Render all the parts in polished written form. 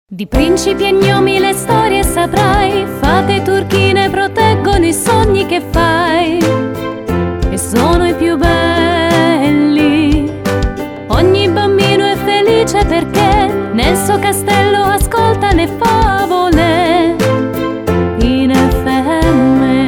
Di principi e gnomi le storie saprai, fate turchine proteggono i sogni che fai e sono i più belli. Ogni bambino è felice perché nel suo castello ascolta le favole in FM.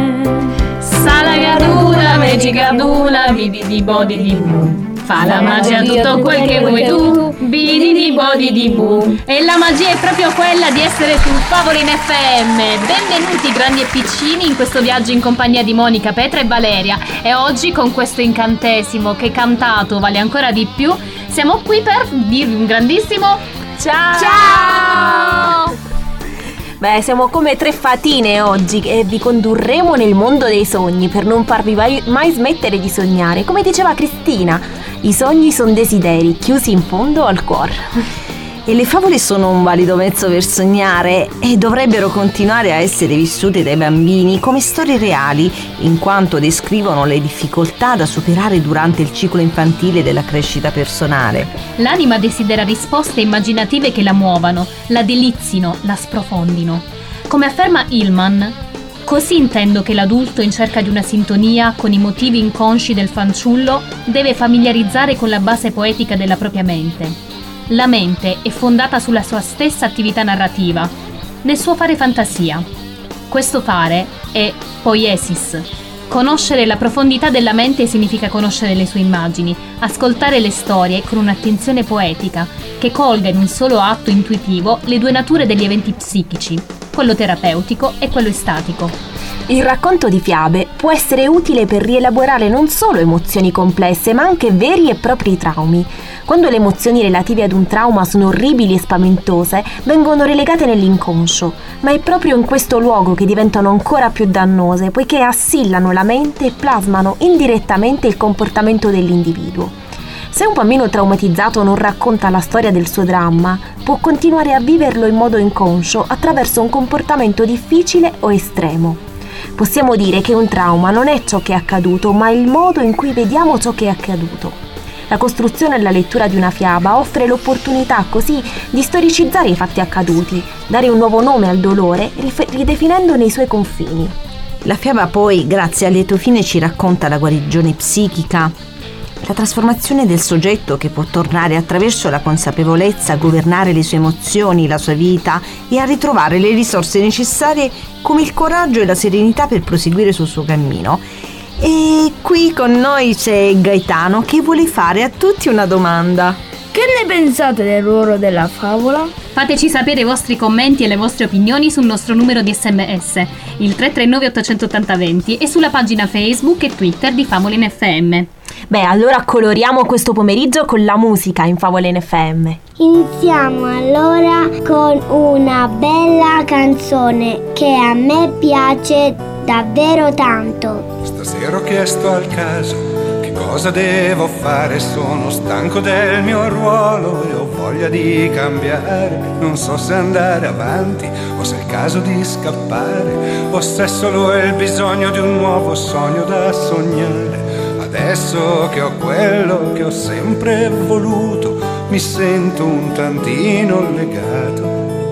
Salagadula, Megigadula, bidi bodi di bu. Fa la magia tutto quel che vuoi tu, bidi di bodi di bu. E la magia è proprio quella di essere su Favole in FM. Benvenuti grandi e piccini in questo viaggio in compagnia di Monica, Petra e Valeria. E oggi con questo incantesimo che cantato vale ancora di più, siamo qui per dirvi un grandissimo ciao! Ciao! Beh, siamo come tre fatine oggi e vi condurremo nel mondo dei sogni per non farvi mai smettere di sognare. Come diceva Cristina, i sogni sono desideri chiusi in fondo al cuore. E le favole sono un valido mezzo per sognare e dovrebbero continuare a essere vissute dai bambini come storie reali, in quanto descrivono le difficoltà da superare durante il ciclo infantile della crescita personale. L'anima desidera risposte immaginative che la muovano, la delizino, la sprofondino. Come afferma Hillman, così intendo che l'adulto in cerca di una sintonia con i motivi inconsci del fanciullo deve familiarizzare con la base poetica della propria mente. La mente è fondata sulla sua stessa attività narrativa, nel suo fare fantasia. Questo fare è poiesis. Conoscere la profondità della mente significa conoscere le sue immagini, ascoltare le storie con un'attenzione poetica che colga in un solo atto intuitivo le due nature degli eventi psichici, quello terapeutico e quello estatico. Il racconto di fiabe può essere utile per rielaborare non solo emozioni complesse, ma anche veri e propri traumi. Quando le emozioni relative ad un trauma sono orribili e spaventose, vengono relegate nell'inconscio, ma è proprio in questo luogo che diventano ancora più dannose, poiché assillano la mente e plasmano indirettamente il comportamento dell'individuo. Se un bambino traumatizzato non racconta la storia del suo dramma, può continuare a viverlo in modo inconscio attraverso un comportamento difficile o estremo. Possiamo dire che un trauma non è ciò che è accaduto, ma il modo in cui vediamo ciò che è accaduto. La costruzione e la lettura di una fiaba offre l'opportunità così di storicizzare i fatti accaduti, dare un nuovo nome al dolore, ridefinendone i suoi confini. La fiaba poi, grazie a lieto fine, ci racconta la guarigione psichica, la trasformazione del soggetto che può tornare attraverso la consapevolezza a governare le sue emozioni, la sua vita e a ritrovare le risorse necessarie come il coraggio e la serenità per proseguire sul suo cammino. E qui con noi c'è Gaetano che vuole fare a tutti una domanda. Che ne pensate del ruolo della favola? Fateci sapere i vostri commenti e le vostre opinioni sul nostro numero di SMS, il 339 880 20 e sulla pagina Facebook e Twitter di Favole in FM. Beh, allora coloriamo questo pomeriggio con la musica in Favole in FM. Iniziamo allora con una bella canzone che a me piace davvero tanto. Stasera ho chiesto al caso che cosa devo fare, sono stanco del mio ruolo e ho voglia di cambiare. Non so se andare avanti o se è il caso di scappare, o se è solo il bisogno di un nuovo sogno da sognare. Adesso che ho quello che ho sempre voluto, mi sento un tantino legato.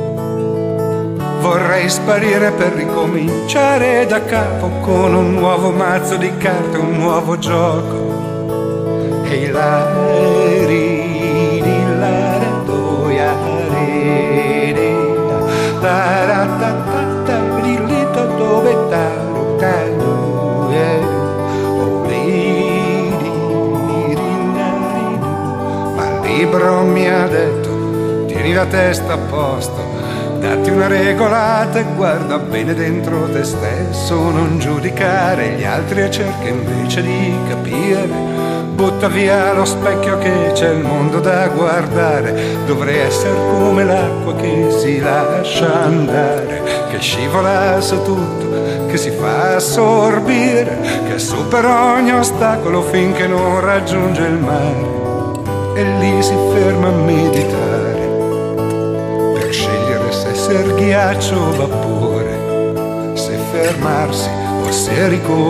Vorrei sparire per ricominciare da capo con un nuovo mazzo di carte, un nuovo gioco. Ehi la ri di la do ya re re la ra ta ta ta ri li to dove ta do ya o ri di ri na ri do. Ma il libro mi ha detto tieni la testa a posto, datti una regolata e guarda bene dentro te stesso, non giudicare gli altri e cerca invece di capire. Butta via lo specchio che c'è il mondo da guardare, dovrei essere come l'acqua che si lascia andare, che scivola su tutto, che si fa assorbire, che supera ogni ostacolo finché non raggiunge il mare e lì si ferma a meditare per scegliere se essere ghiaccio o vapore, se fermarsi o se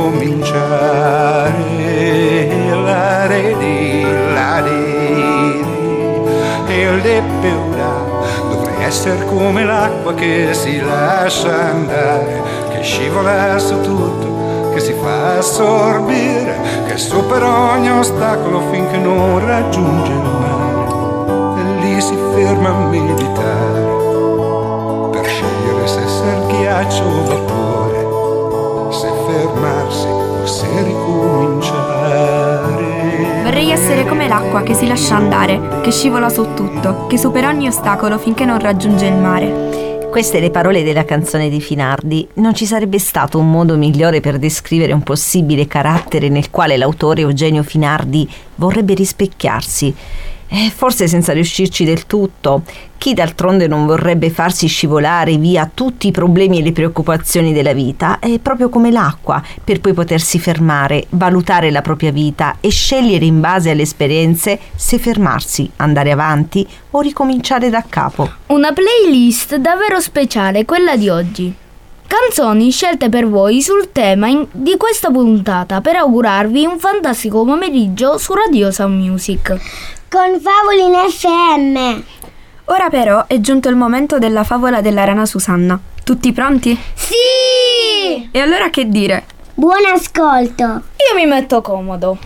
ricominciare. La re di la di e le peura, dovrei essere come l'acqua che si lascia andare, che scivola su tutto, che si fa assorbire, che supera ogni ostacolo finché non raggiunge il mare, e lì si ferma a meditare per scegliere se essere ghiaccio o vapore, se fermarsi o se ricominciare. Vorrei essere come l'acqua che si lascia andare, che scivola su tutto, che supera ogni ostacolo finché non raggiunge il mare. Queste le parole della canzone di Finardi. Non ci sarebbe stato un modo migliore per descrivere un possibile carattere nel quale l'autore Eugenio Finardi vorrebbe rispecchiarsi. Forse senza riuscirci del tutto. Chi d'altronde non vorrebbe farsi scivolare via tutti i problemi e le preoccupazioni della vita? È proprio come l'acqua, per poi potersi fermare, valutare la propria vita e scegliere in base alle esperienze se fermarsi, andare avanti o ricominciare da capo. Una playlist davvero speciale, quella di oggi. Canzoni scelte per voi sul tema di questa puntata per augurarvi un fantastico pomeriggio su Radio Sound Music. Con Favole in FM. Ora però è giunto il momento della favola della rana Susanna. Tutti pronti? Sì! E allora che dire? Buon ascolto. Io mi metto comodo.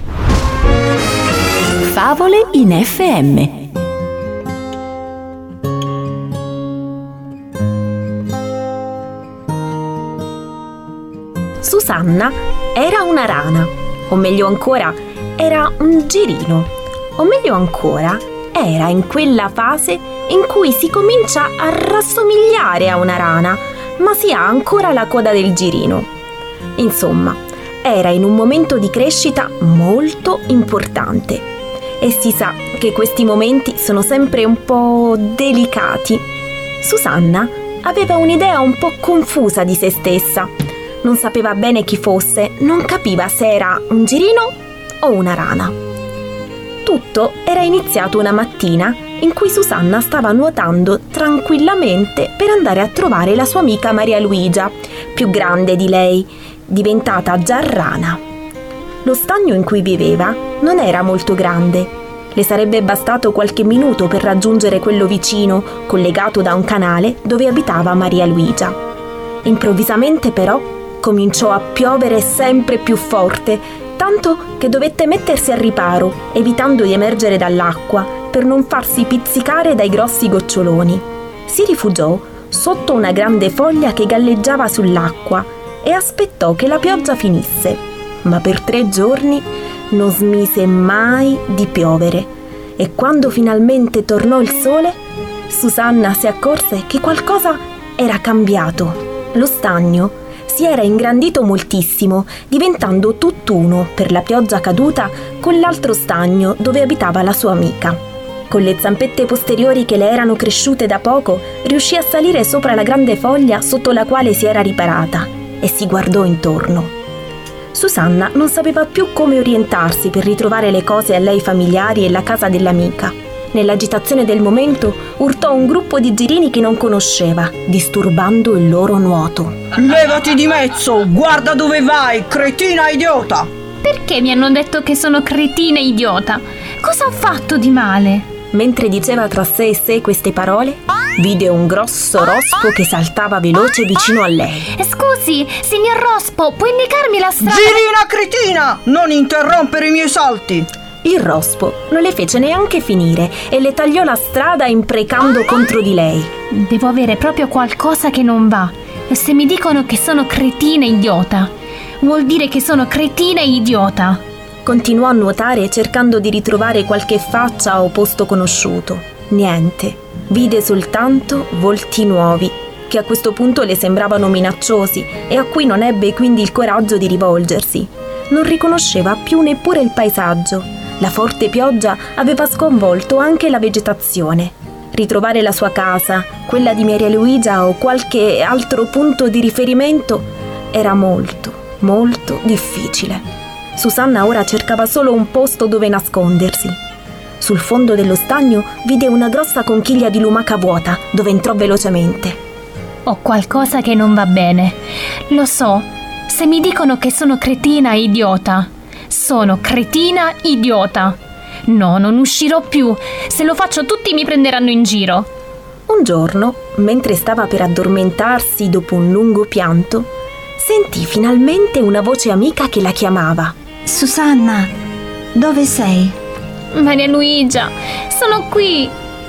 Favole in FM. Susanna era una rana, o meglio ancora, era un girino. O meglio ancora, era in quella fase in cui si comincia a rassomigliare a una rana, ma si ha ancora la coda del girino. Insomma, era in un momento di crescita molto importante. E si sa che questi momenti sono sempre un po' delicati. Susanna aveva un'idea un po' confusa di se stessa. Non sapeva bene chi fosse, non capiva se era un girino o una rana. Tutto era iniziato una mattina in cui Susanna stava nuotando tranquillamente per andare a trovare la sua amica Maria Luigia, più grande di lei, diventata già rana. Lo stagno in cui viveva non era molto grande. Le sarebbe bastato qualche minuto per raggiungere quello vicino, collegato da un canale dove abitava Maria Luigia. Improvvisamente però cominciò a piovere sempre più forte, tanto che dovette mettersi al riparo, evitando di emergere dall'acqua per non farsi pizzicare dai grossi goccioloni. Si rifugiò sotto una grande foglia che galleggiava sull'acqua e aspettò che la pioggia finisse, ma per 3 giorni non smise mai di piovere, e quando finalmente tornò il sole, Susanna si accorse che qualcosa era cambiato. Lo stagno si era ingrandito moltissimo, diventando tutt'uno per la pioggia caduta con l'altro stagno dove abitava la sua amica. Con le zampette posteriori che le erano cresciute da poco, riuscì a salire sopra la grande foglia sotto la quale si era riparata e si guardò intorno. Susanna non sapeva più come orientarsi per ritrovare le cose a lei familiari e la casa dell'amica. Nell'agitazione del momento urtò un gruppo di girini che non conosceva, disturbando il loro nuoto. Levati di mezzo! Guarda dove vai, cretina idiota! Perché mi hanno detto che sono cretina idiota? Cosa ho fatto di male? Mentre diceva tra sé e sé queste parole, vide un grosso rospo che saltava veloce vicino a lei. Scusi, signor Rospo, può indicarmi la strada? Girina cretina! Non interrompere i miei salti! Il rospo non le fece neanche finire e le tagliò la strada imprecando contro di lei. Devo avere proprio qualcosa che non va. E se mi dicono che sono cretina idiota, vuol dire che sono cretina idiota. Continuò a nuotare cercando di ritrovare qualche faccia o posto conosciuto. Niente. Vide soltanto volti nuovi, che a questo punto le sembravano minacciosi e a cui non ebbe quindi il coraggio di rivolgersi. Non riconosceva più neppure il paesaggio. La forte pioggia aveva sconvolto anche la vegetazione. Ritrovare la sua casa, quella di Maria Luigia o qualche altro punto di riferimento era molto, molto difficile. Susanna ora cercava solo un posto dove nascondersi. Sul fondo dello stagno vide una grossa conchiglia di lumaca vuota, dove entrò velocemente. Ho qualcosa che non va bene. Lo so, se mi dicono che sono cretina idiota. Sono cretina idiota. No, non uscirò più. Se lo faccio tutti mi prenderanno in giro. Un giorno, mentre stava per addormentarsi dopo un lungo pianto, sentì finalmente una voce amica che la chiamava. Susanna, dove sei? Maria Luigia, sono qui.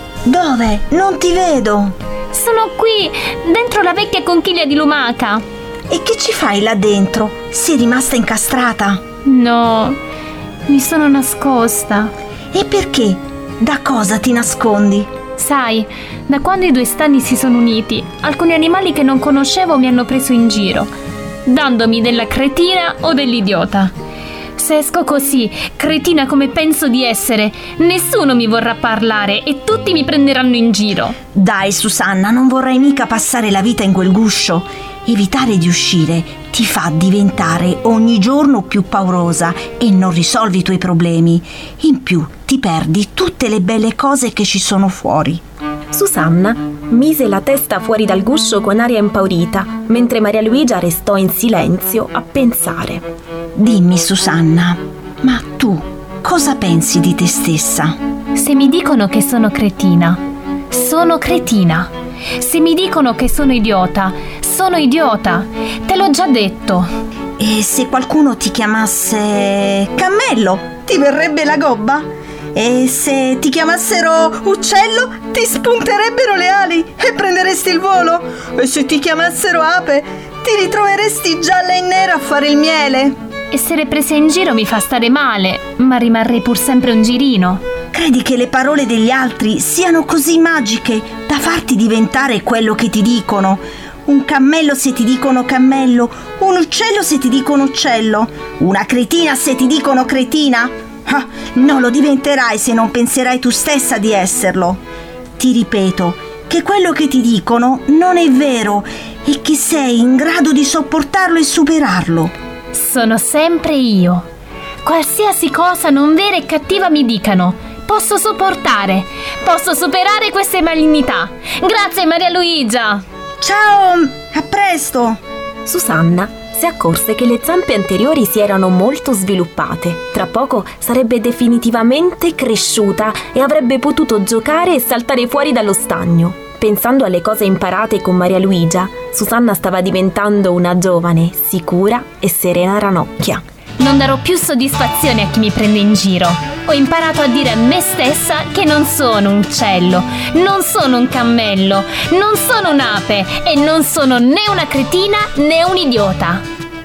Dove? Non ti vedo. Sono qui, dentro la vecchia conchiglia di lumaca. E che ci fai là dentro? Sei rimasta incastrata? No, mi sono nascosta. E perché? Da cosa ti nascondi? Sai, da quando i due stagni si sono uniti, alcuni animali che non conoscevo mi hanno preso in giro, dandomi della cretina o dell'idiota. Se esco così, cretina come penso di essere, nessuno mi vorrà parlare e tutti mi prenderanno in giro. Dai Susanna, non vorrai mica passare la vita in quel guscio. Evitare di uscire ti fa diventare ogni giorno più paurosa e non risolvi i tuoi problemi. In più ti perdi tutte le belle cose che ci sono fuori. Susanna mise la testa fuori dal guscio con aria impaurita, mentre Maria Luigia restò in silenzio a pensare. Dimmi Susanna, ma tu cosa pensi di te stessa? Se mi dicono che sono cretina, sono cretina. Se mi dicono che sono idiota, sono idiota. Te l'ho già detto. E se qualcuno ti chiamasse cammello, ti verrebbe la gobba? E se ti chiamassero uccello, ti spunterebbero le ali e prenderesti il volo? E se ti chiamassero ape, ti ritroveresti gialla e nera a fare il miele? Essere presa in giro mi fa stare male, ma rimarrei pur sempre un girino. Credi che le parole degli altri siano così magiche da farti diventare quello che ti dicono? Un cammello se ti dicono cammello, un uccello se ti dicono uccello, una cretina se ti dicono cretina? Ah, non lo diventerai se non penserai tu stessa di esserlo. Ti ripeto che quello che ti dicono non è vero e che sei in grado di sopportarlo e superarlo. Sono sempre io. Qualsiasi cosa non vera e cattiva mi dicano, posso sopportare, posso superare queste malignità. Grazie Maria Luigia. Ciao, a presto. Susanna si accorse che le zampe anteriori si erano molto sviluppate. Tra poco sarebbe definitivamente cresciuta e avrebbe potuto giocare e saltare fuori dallo stagno. Pensando alle cose imparate con Maria Luigia, Susanna stava diventando una giovane, sicura e serena ranocchia. Non darò più soddisfazione a chi mi prende in giro. Ho imparato a dire a me stessa che non sono un uccello, non sono un cammello, non sono un'ape e non sono né una cretina né un idiota.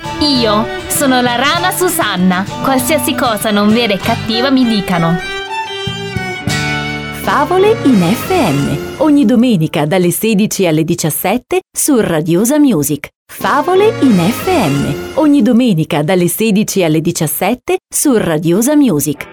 Io sono la rana Susanna, qualsiasi cosa non vera e cattiva mi dicano. Favole in FM, ogni domenica dalle 16 alle 17 su Radiosa Music. Favole in FM, ogni domenica dalle 16 alle 17 su Radiosa Music.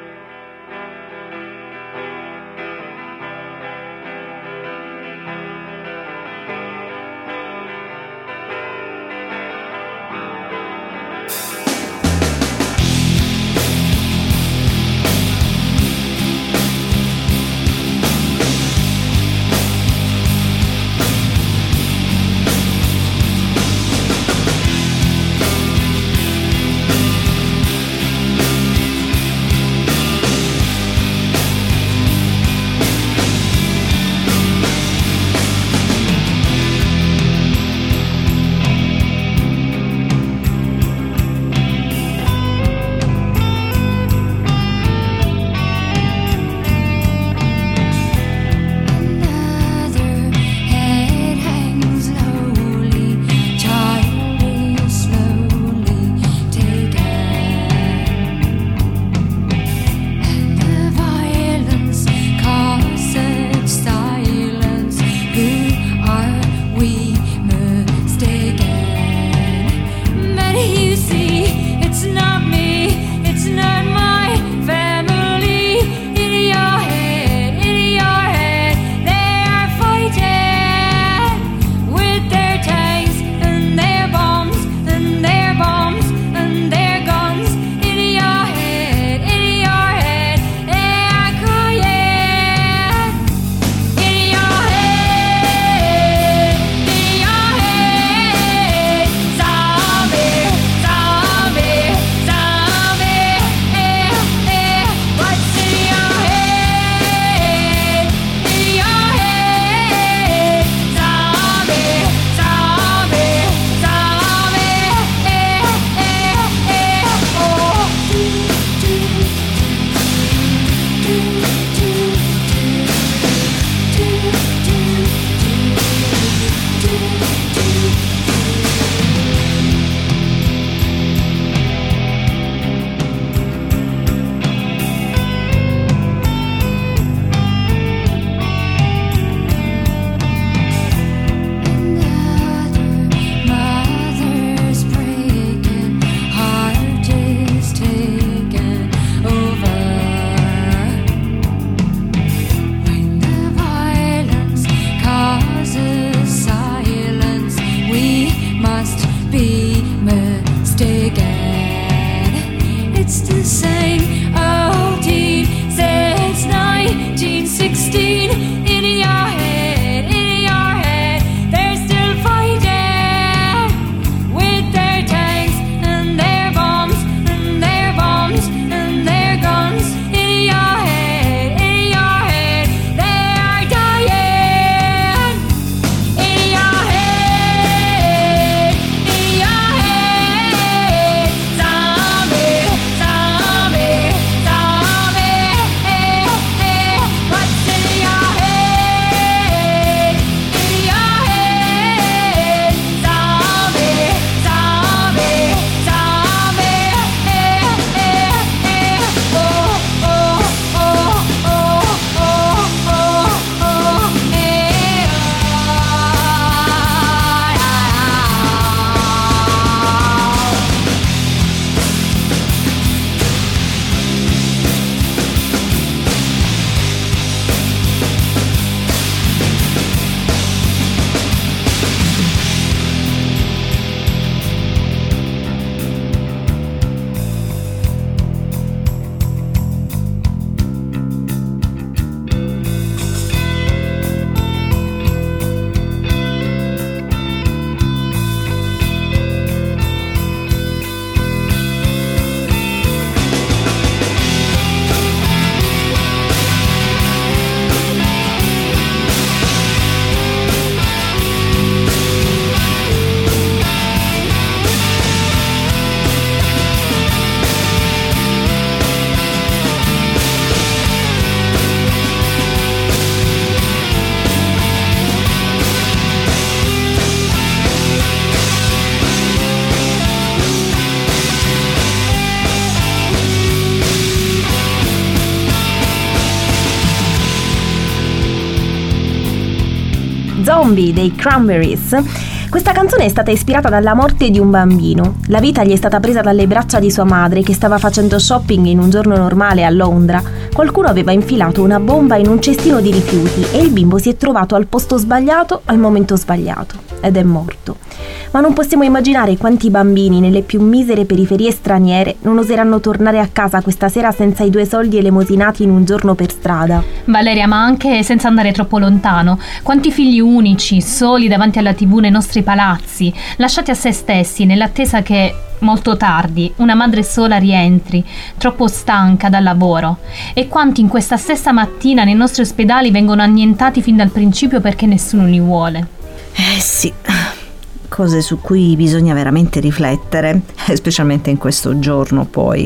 Zombie dei Cranberries. Questa canzone è stata ispirata dalla morte di un bambino. La vita gli è stata presa dalle braccia di sua madre che stava facendo shopping in un giorno normale a Londra. Qualcuno aveva infilato una bomba in un cestino di rifiuti e il bimbo si è trovato al posto sbagliato al momento sbagliato ed è morto. Ma non possiamo immaginare quanti bambini nelle più misere periferie straniere non oseranno tornare a casa questa sera senza i 2 soldi elemosinati in un giorno per strada. Valeria, ma anche senza andare troppo lontano, quanti figli unici, soli davanti alla TV nei nostri palazzi, lasciati a se stessi nell'attesa che molto tardi una madre sola rientri, troppo stanca dal lavoro, e quanti in questa stessa mattina nei nostri ospedali vengono annientati fin dal principio perché nessuno li vuole. Sì, cose su cui bisogna veramente riflettere, specialmente in questo giorno poi.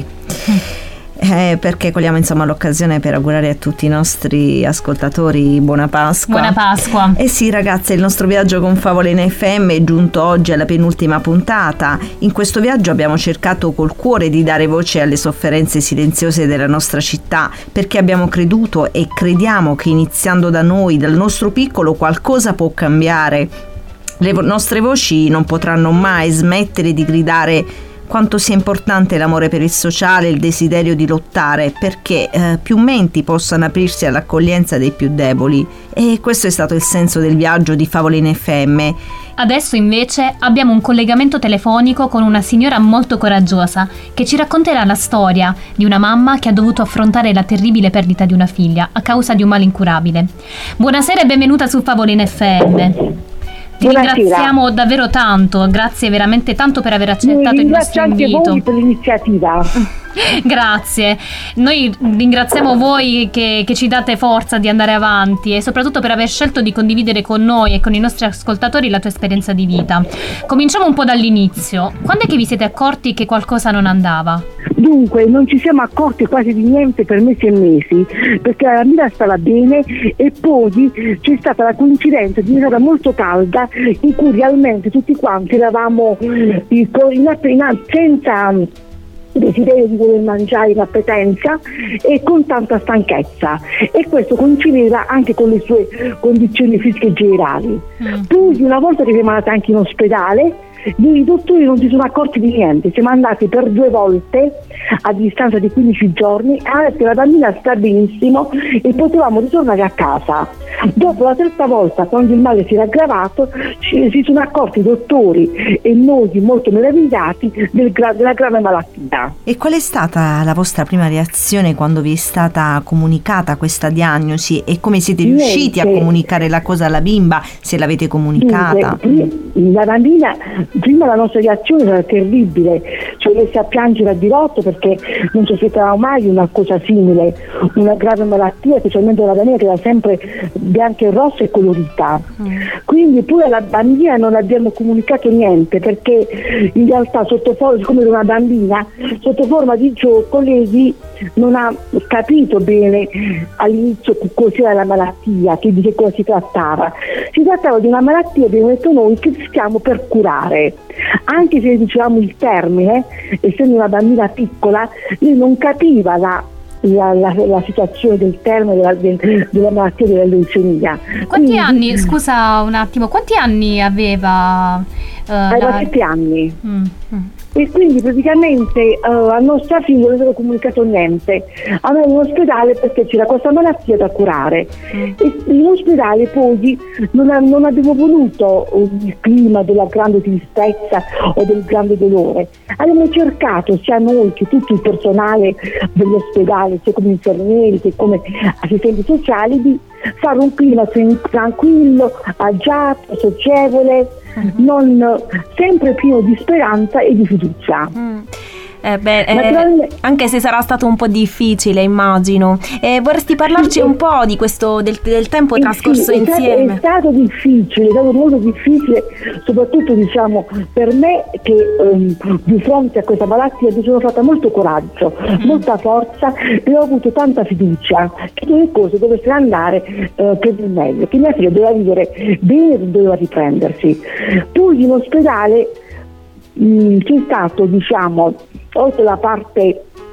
Perché cogliamo insomma l'occasione per augurare a tutti i nostri ascoltatori buona Pasqua. Buona Pasqua. Sì ragazzi, il nostro viaggio con Favole in FM è giunto oggi alla penultima puntata. In questo viaggio abbiamo cercato col cuore di dare voce alle sofferenze silenziose della nostra città, perché abbiamo creduto e crediamo che iniziando da noi, dal nostro piccolo, qualcosa può cambiare. Le nostre voci non potranno mai smettere di gridare quanto sia importante l'amore per il sociale, il desiderio di lottare perché più menti possano aprirsi all'accoglienza dei più deboli, e questo è stato il senso del viaggio di Favole in FM. Adesso invece abbiamo un collegamento telefonico con una signora molto coraggiosa che ci racconterà la storia di una mamma che ha dovuto affrontare la terribile perdita di una figlia a causa di un male incurabile. Buonasera e benvenuta su Favole in FM. Ti ringraziamo davvero tanto, grazie veramente tanto per aver accettato il nostro invito. Ringrazio anche voi per l'iniziativa. Grazie, noi ringraziamo voi che ci date forza di andare avanti e soprattutto per aver scelto di condividere con noi e con i nostri ascoltatori la tua esperienza di vita. Cominciamo un po' dall'inizio. Quando è che vi siete accorti che qualcosa non andava? Dunque, non ci siamo accorti quasi di niente per mesi e mesi, perché la bambina stava bene e poi c'è stata la coincidenza di un'ora molto calda in cui realmente tutti quanti eravamo senza desiderio di voler mangiare, in appetenza e con tanta stanchezza, e questo coincideva anche con le sue condizioni fisiche generali. Poi una volta che siamo andati anche in ospedale, i dottori non si sono accorti di niente, siamo andati per 2 volte a distanza di 15 giorni, e la bambina sta benissimo e potevamo ritornare a casa. Dopo la terza volta, quando il male si era aggravato, si sono accorti i dottori e noi molto meravigliati della grave malattia. E qual è stata la vostra prima reazione quando vi è stata comunicata questa diagnosi e come siete riusciti a comunicare la cosa alla bimba, se l'avete comunicata? La bambina, prima la nostra reazione era terribile, ci ho messo a piangere a dirotto perché non ci aspettavamo mai una cosa simile, una grave malattia, specialmente la bambina che era sempre bianca e rossa e colorita. Quindi poi alla bambina non abbiamo comunicato niente, perché in realtà siccome era una bambina, sotto forma di gioco lei non ha capito bene all'inizio cos'era la malattia, di che cosa si trattava. Si trattava di una malattia, abbiamo detto noi, che stiamo per curare. Anche se dicevamo il termine, essendo una bambina piccola, lei non capiva la situazione del termine della malattia della leucemia. Quanti anni, scusa un attimo, quanti anni aveva? Aveva 7 anni. E quindi praticamente a nostra figlia non aveva comunicato niente. Andava in ospedale perché c'era questa malattia da curare, e in ospedale poi non abbiamo voluto il clima della grande tristezza o del grande dolore. Abbiamo cercato, sia noi che tutto il personale dell'ospedale, sia come infermieri che come assistenti sociali, di fare un clima tranquillo, agiato, socievole, non sempre pieno di speranza e di fiducia. Anche se sarà stato un po' difficile, immagino. Vorresti parlarci un po' di questo del tempo trascorso insieme? È stato difficile, è stato molto difficile, soprattutto per me che di fronte a questa malattia mi sono fatta molto coraggio, molta forza, e ho avuto tanta fiducia che le cose dovessero andare per il meglio, che mia figlia doveva vivere bene, doveva riprendersi. Poi in ospedale c'è stato, oltre la parte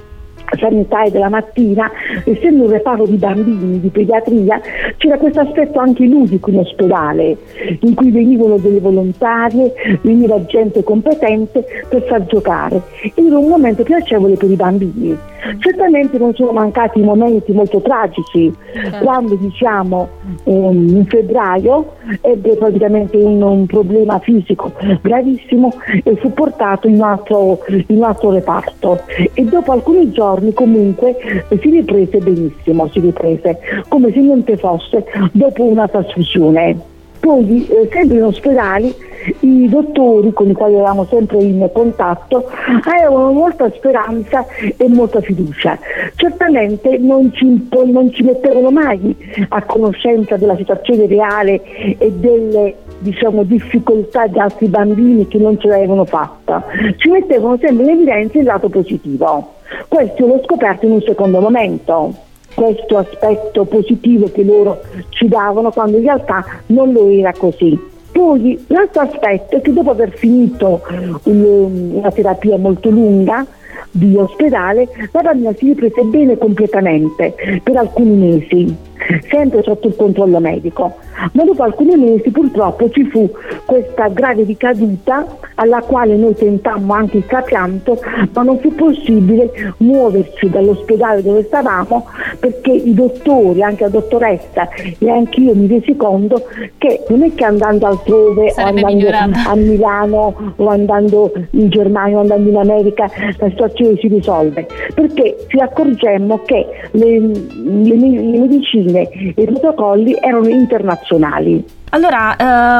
sanitarie della mattina, essendo un reparto di bambini di pediatria, c'era questo aspetto anche ludico in ospedale, in cui venivano delle volontarie, veniva gente competente per far giocare, ed era un momento piacevole per i bambini. Certamente non sono mancati momenti molto tragici, quando diciamo in febbraio ebbe praticamente un problema fisico gravissimo e fu portato in un altro reparto, e dopo alcuni giorni comunque si riprese benissimo, come se niente fosse dopo una trasfusione. Poi sempre in ospedali i dottori con i quali eravamo sempre in contatto avevano molta speranza e molta fiducia. Certamente non ci mettevano mai a conoscenza della situazione reale e delle difficoltà di altri bambini che non ce l'avevano fatta. Ci mettevano sempre in evidenza il lato positivo. Questo l'ho scoperto in un secondo momento, questo aspetto positivo che loro ci davano, quando in realtà non lo era così. Poi l'altro aspetto è che dopo aver finito una terapia molto lunga di ospedale, la bambina si riprese bene completamente per alcuni mesi, sempre sotto il controllo medico, ma dopo alcuni mesi purtroppo ci fu questa grave ricaduta alla quale noi tentammo anche il trapianto, ma non fu possibile muoverci dall'ospedale dove stavamo, perché i dottori, anche la dottoressa e anche io mi resi conto che non è che andando altrove o andando a Milano o andando in Germania o andando in America la situazione si risolve, perché ci accorgemmo che le medicine e i protocolli erano internazionali. Allora,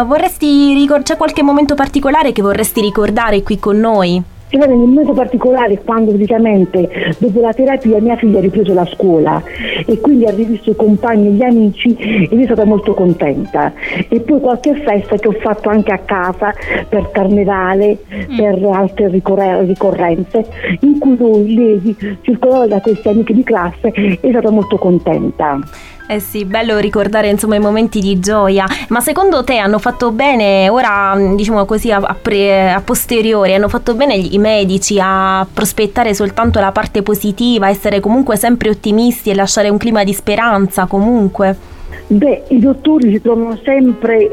c'è qualche momento particolare che vorresti ricordare qui con noi? C'era un momento particolare quando praticamente dopo la terapia mia figlia ha ripreso la scuola e quindi ha rivisto i compagni e gli amici ed è stata molto contenta. E poi qualche festa che ho fatto anche a casa per carnevale, per altre ricorrenze, in cui lei circolava da queste amiche di classe e è stata molto contenta. Eh sì, bello ricordare insomma i momenti di gioia. Ma secondo te hanno fatto bene, ora diciamo così a posteriori, hanno fatto bene i medici a prospettare soltanto la parte positiva, essere comunque sempre ottimisti e lasciare un clima di speranza comunque? Beh, i dottori si trovano sempre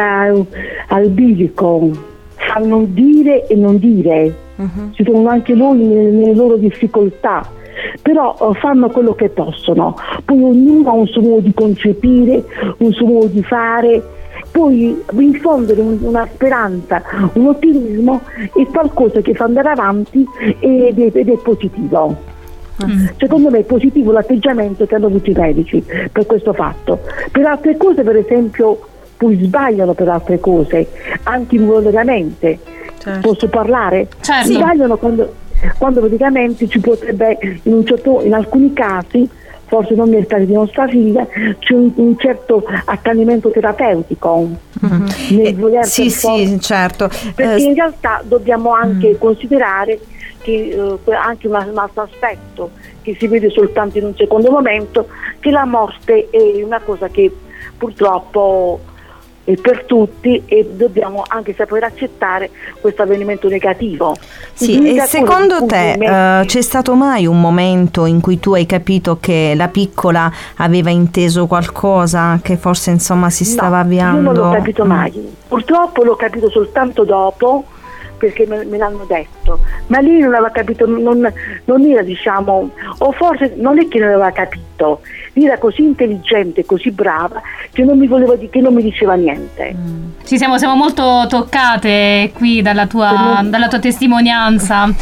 al bilico, fanno dire e non dire, si trovano anche loro nelle loro difficoltà, però fanno quello che possono, poi ognuno ha un suo modo di concepire, un suo modo di fare, poi infondere una speranza, un ottimismo è qualcosa che fa andare avanti ed è positivo. Secondo me è positivo l'atteggiamento che hanno avuto i medici per questo fatto. Per altre cose, per esempio, poi sbagliano per altre cose, anche involontariamente. Certo. Posso parlare? Certo. Sbagliano quando praticamente ci potrebbe, in alcuni casi, forse non nel caso di nostra figlia, c'è un certo accanimento terapeutico nel voler certo. Perché in realtà dobbiamo anche considerare che anche un altro aspetto che si vede soltanto in un secondo momento, che la morte è una cosa che purtroppo è per tutti e dobbiamo anche saper accettare questo avvenimento negativo. Sì, e secondo te c'è stato mai un momento in cui tu hai capito che la piccola aveva inteso qualcosa, che forse insomma si stava avviando? Io non l'ho capito mai, purtroppo l'ho capito soltanto dopo, perché me l'hanno detto, ma lei non aveva capito, non era, diciamo, o forse non è che non aveva capito, era così intelligente, così brava che non mi diceva niente. Sì, siamo molto toccate qui dalla tua testimonianza.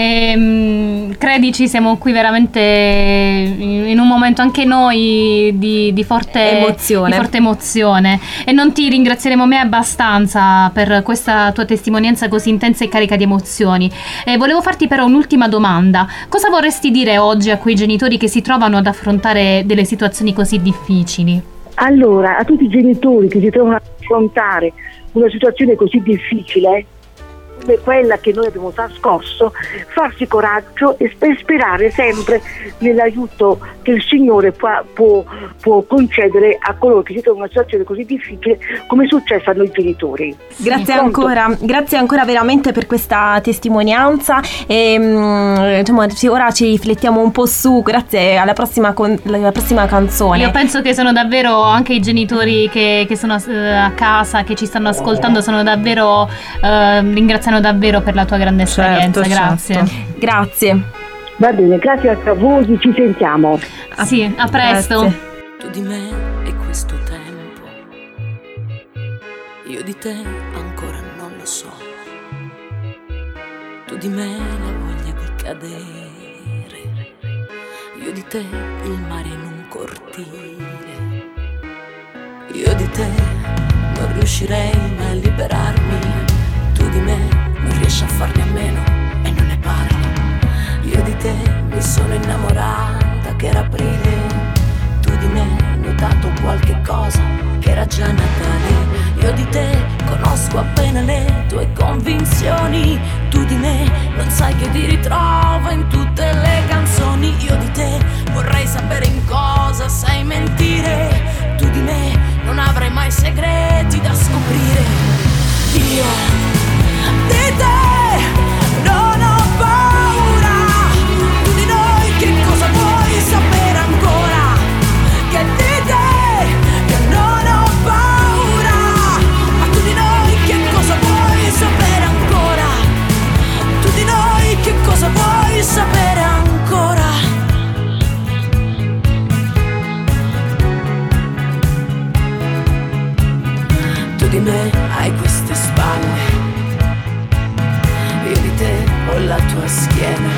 Credici, siamo qui veramente in un momento anche noi di forte emozione e non ti ringrazieremo mai abbastanza per questa tua testimonianza così intensa e carica di emozioni. Volevo farti però un'ultima domanda: cosa vorresti dire oggi a quei genitori che si trovano ad affrontare delle situazioni così difficili? Allora, a tutti i genitori che si trovano ad affrontare una situazione così difficile, come quella che noi abbiamo trascorso, farsi coraggio e sperare sempre nell'aiuto che il Signore può concedere a coloro che si trovano in una situazione così difficile come è successo a noi genitori. Grazie ancora veramente per questa testimonianza e ora ci riflettiamo un po' su, grazie alla prossima canzone. Io penso che sono davvero anche i genitori che sono a casa, che ci stanno ascoltando, sono davvero ringraziano davvero per la tua grande esperienza. Grazie. Va bene, grazie a voi, ci sentiamo. Sì, a presto. Grazie. Tu di me e questo tempo, io di te ancora non lo so. Tu di me la voglia di cadere, io di te il mare in un cortile. Io di te non riuscirei mai a liberarmi, tu di me non riesci a farne a meno e non ne parli. Io di te mi sono innamorata che era aprile, tu di me hai notato qualche cosa che era già Natale. Io di te conosco appena le tue convinzioni, tu di me non sai che ti ritrovo in tutte le canzoni. Io di te vorrei sapere in cosa sai mentire, tu di me non avrai mai segreti da scoprire. Io di te non ho paura, tu di noi che cosa vuoi sapere ancora? Che di te che non ho paura, ma tu di noi che cosa vuoi sapere ancora? Tu di noi che cosa vuoi sapere ancora? Tu di me hai queste spalle, io di te ho la tua schiena.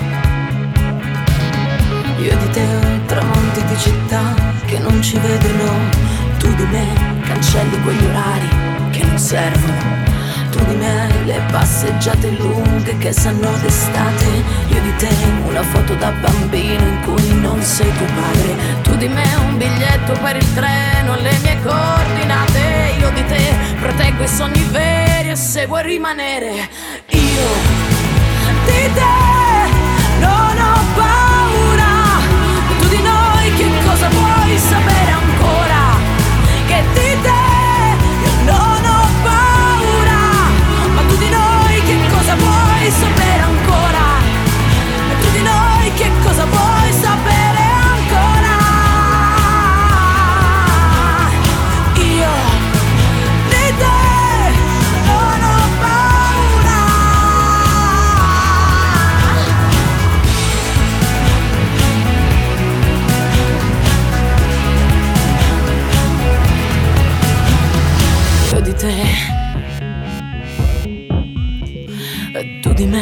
Io di te ho tramonti di città che non ci vedono, tu di me cancelli quegli orari che non servono. Tu di me hai le passeggiate lunghe che sanno d'estate. Io di te una foto da bambino in cui non sei tuo padre. Tu di me un biglietto per il treno, le mie coordinate. Io di te proteggo i sogni veri e se vuoi rimanere. Io di te non ho paura, tu di noi che cosa vuoi sapere ancora? Che di te io non ho paura, ma tu di noi che cosa vuoi sapere ancora? E tu di noi che cosa vuoi sapere ancora? Io di te non ho paura. Io di te e tu di me.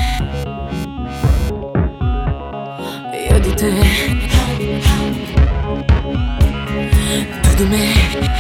Io di te, tu di me.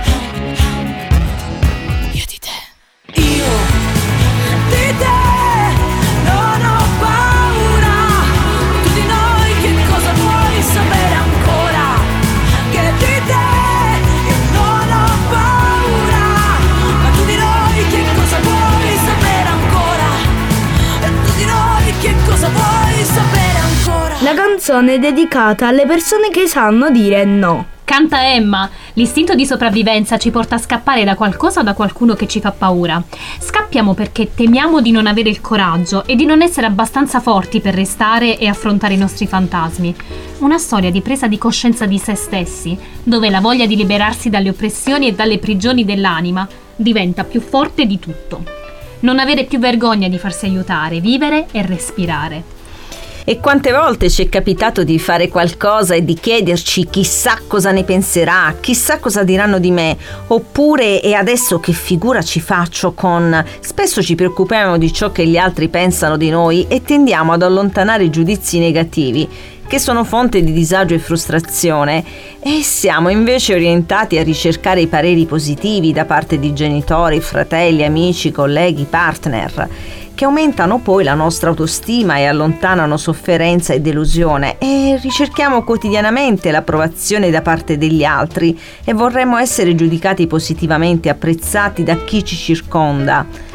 Io di te. Io di te non ho paura, tu di noi che cosa vuoi sapere ancora? Che di te io non ho paura, ma tu di noi che cosa vuoi sapere ancora? E tu di noi che cosa vuoi sapere ancora? La canzone è dedicata alle persone che sanno dire no. Canta Emma. L'istinto di sopravvivenza ci porta a scappare da qualcosa o da qualcuno che ci fa paura. Scappiamo perché temiamo di non avere il coraggio e di non essere abbastanza forti per restare e affrontare i nostri fantasmi. Una storia di presa di coscienza di se stessi, dove la voglia di liberarsi dalle oppressioni e dalle prigioni dell'anima diventa più forte di tutto. Non avere più vergogna di farsi aiutare, vivere e respirare. E quante volte ci è capitato di fare qualcosa e di chiederci chissà cosa ne penserà, chissà cosa diranno di me, oppure e adesso che figura ci faccio con... Spesso ci preoccupiamo di ciò che gli altri pensano di noi e tendiamo ad allontanare i giudizi negativi, che sono fonte di disagio e frustrazione, e siamo invece orientati a ricercare i pareri positivi da parte di genitori, fratelli, amici, colleghi, partner, che aumentano poi la nostra autostima e allontanano sofferenza e delusione, e ricerchiamo quotidianamente l'approvazione da parte degli altri e vorremmo essere giudicati positivamente, apprezzati da chi ci circonda.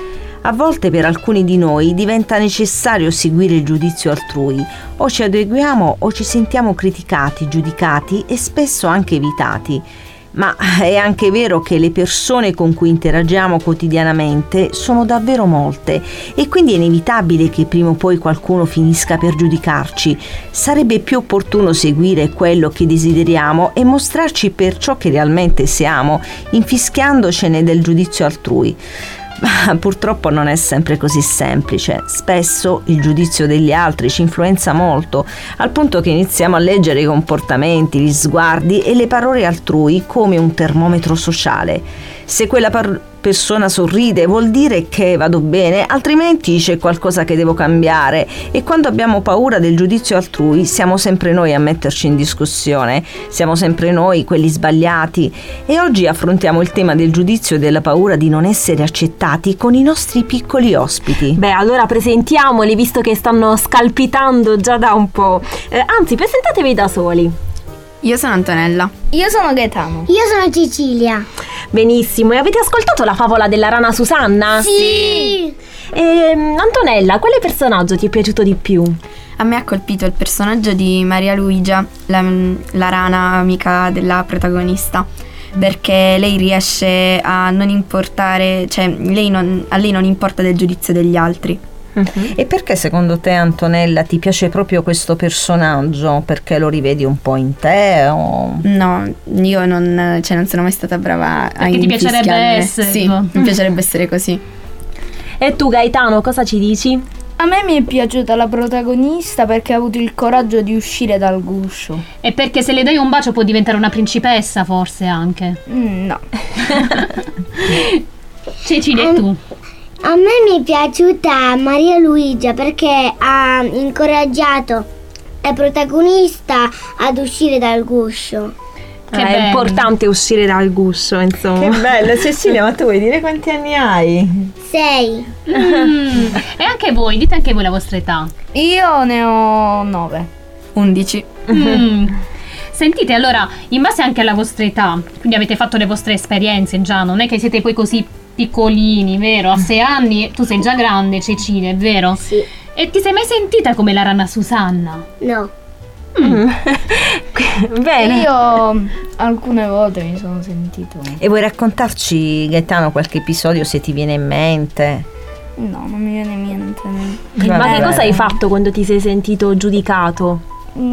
A volte per alcuni di noi diventa necessario seguire il giudizio altrui, o ci adeguiamo o ci sentiamo criticati, giudicati e spesso anche evitati. Ma è anche vero che le persone con cui interagiamo quotidianamente sono davvero molte e quindi è inevitabile che prima o poi qualcuno finisca per giudicarci. Sarebbe più opportuno seguire quello che desideriamo e mostrarci per ciò che realmente siamo, infischiandocene del giudizio altrui. Ma purtroppo non è sempre così semplice. Spesso il giudizio degli altri ci influenza molto, al punto che iniziamo a leggere i comportamenti, gli sguardi e le parole altrui come un termometro sociale. Se quella persona sorride vuol dire che vado bene, altrimenti c'è qualcosa che devo cambiare, e quando abbiamo paura del giudizio altrui siamo sempre noi a metterci in discussione, siamo sempre noi quelli sbagliati. E oggi affrontiamo il tema del giudizio e della paura di non essere accettati con i nostri piccoli ospiti. Beh, allora presentiamoli, visto che stanno scalpitando già da un po'. Anzi, presentatevi da soli. Io sono Antonella. Io sono Gaetano. Io sono Cecilia. Benissimo, e avete ascoltato la favola della rana Susanna? Sì! Antonella, quale personaggio ti è piaciuto di più? A me ha colpito il personaggio di Maria Luigia, la rana amica della protagonista, perché lei riesce a non importare, cioè a lei non importa del giudizio degli altri. E perché secondo te, Antonella, ti piace proprio questo personaggio? Perché lo rivedi un po' in te? O... No, io non sono mai stata brava a perché ti piacerebbe essere? Sì, mi piacerebbe essere così. E tu, Gaetano, cosa ci dici? A me mi è piaciuta la protagonista perché ha avuto il coraggio di uscire dal guscio. E perché se le dai un bacio può diventare una principessa, forse anche. No. Cecilia, e tu? A me mi è piaciuta Maria Luigia perché ha incoraggiato la protagonista ad uscire dal guscio. È importante uscire dal guscio, insomma. Che bello. Cecilia, ma tu vuoi dire quanti anni hai? 6. E anche voi, dite anche voi la vostra età. Io ne ho 9. 11. Sentite, allora, in base anche alla vostra età, quindi avete fatto le vostre esperienze già, non è che siete poi così piccolini, vero? A 6 anni tu sei già grande, Cecilia, è vero? Sì. E ti sei mai sentita come la rana Susanna? No. Bene. Io alcune volte mi sono sentito. E vuoi raccontarci, Gaetano, qualche episodio, se ti viene in mente? No, non mi viene niente. Ma che cosa hai fatto quando ti sei sentito giudicato?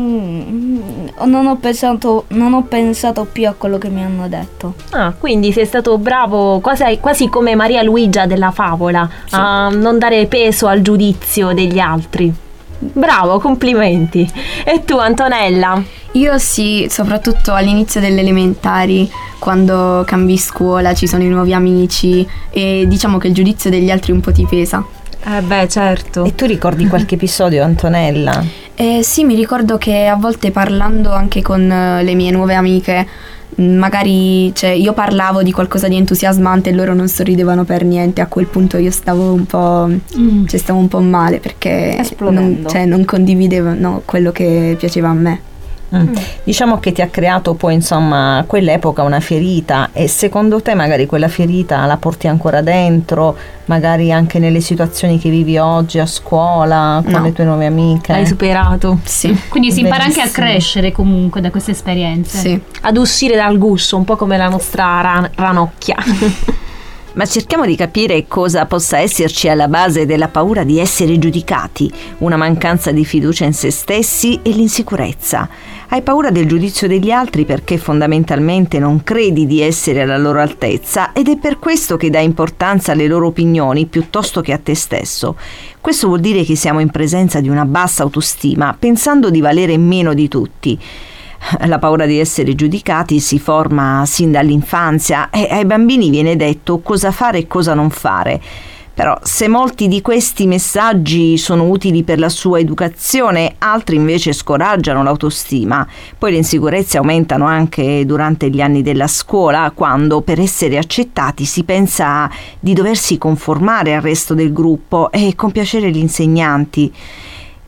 Non ho pensato più a quello che mi hanno detto. Ah, quindi sei stato bravo, quasi come Maria Luigia della favola, sì, a non dare peso al giudizio degli altri. Bravo, complimenti. E tu, Antonella? Io sì, soprattutto all'inizio delle elementari, quando cambi scuola, ci sono i nuovi amici e diciamo che il giudizio degli altri un po' ti pesa. Beh, certo. E tu ricordi qualche episodio, Antonella? Sì, mi ricordo che a volte parlando anche con le mie nuove amiche, magari io parlavo di qualcosa di entusiasmante e loro non sorridevano per niente. A quel punto io stavo un po' stavo un po' male perché non condividevano quello che piaceva a me. Diciamo che ti ha creato poi, insomma, quell'epoca una ferita, e secondo te magari quella ferita la porti ancora dentro, magari anche nelle situazioni che vivi oggi a scuola con le tue nuove amiche? L'hai superato? Sì. Quindi si impara anche a crescere comunque da queste esperienze. Sì. Ad uscire dal guscio, un po' come la nostra ranocchia. Ma cerchiamo di capire cosa possa esserci alla base della paura di essere giudicati, una mancanza di fiducia in se stessi e l'insicurezza. Hai paura del giudizio degli altri perché fondamentalmente non credi di essere alla loro altezza, ed è per questo che dai importanza alle loro opinioni piuttosto che a te stesso. Questo vuol dire che siamo in presenza di una bassa autostima, pensando di valere meno di tutti. La paura di essere giudicati si forma sin dall'infanzia e ai bambini viene detto cosa fare e cosa non fare. Però se molti di questi messaggi sono utili per la sua educazione, altri invece scoraggiano l'autostima. Poi le insicurezze aumentano anche durante gli anni della scuola, quando per essere accettati si pensa di doversi conformare al resto del gruppo e compiacere gli insegnanti.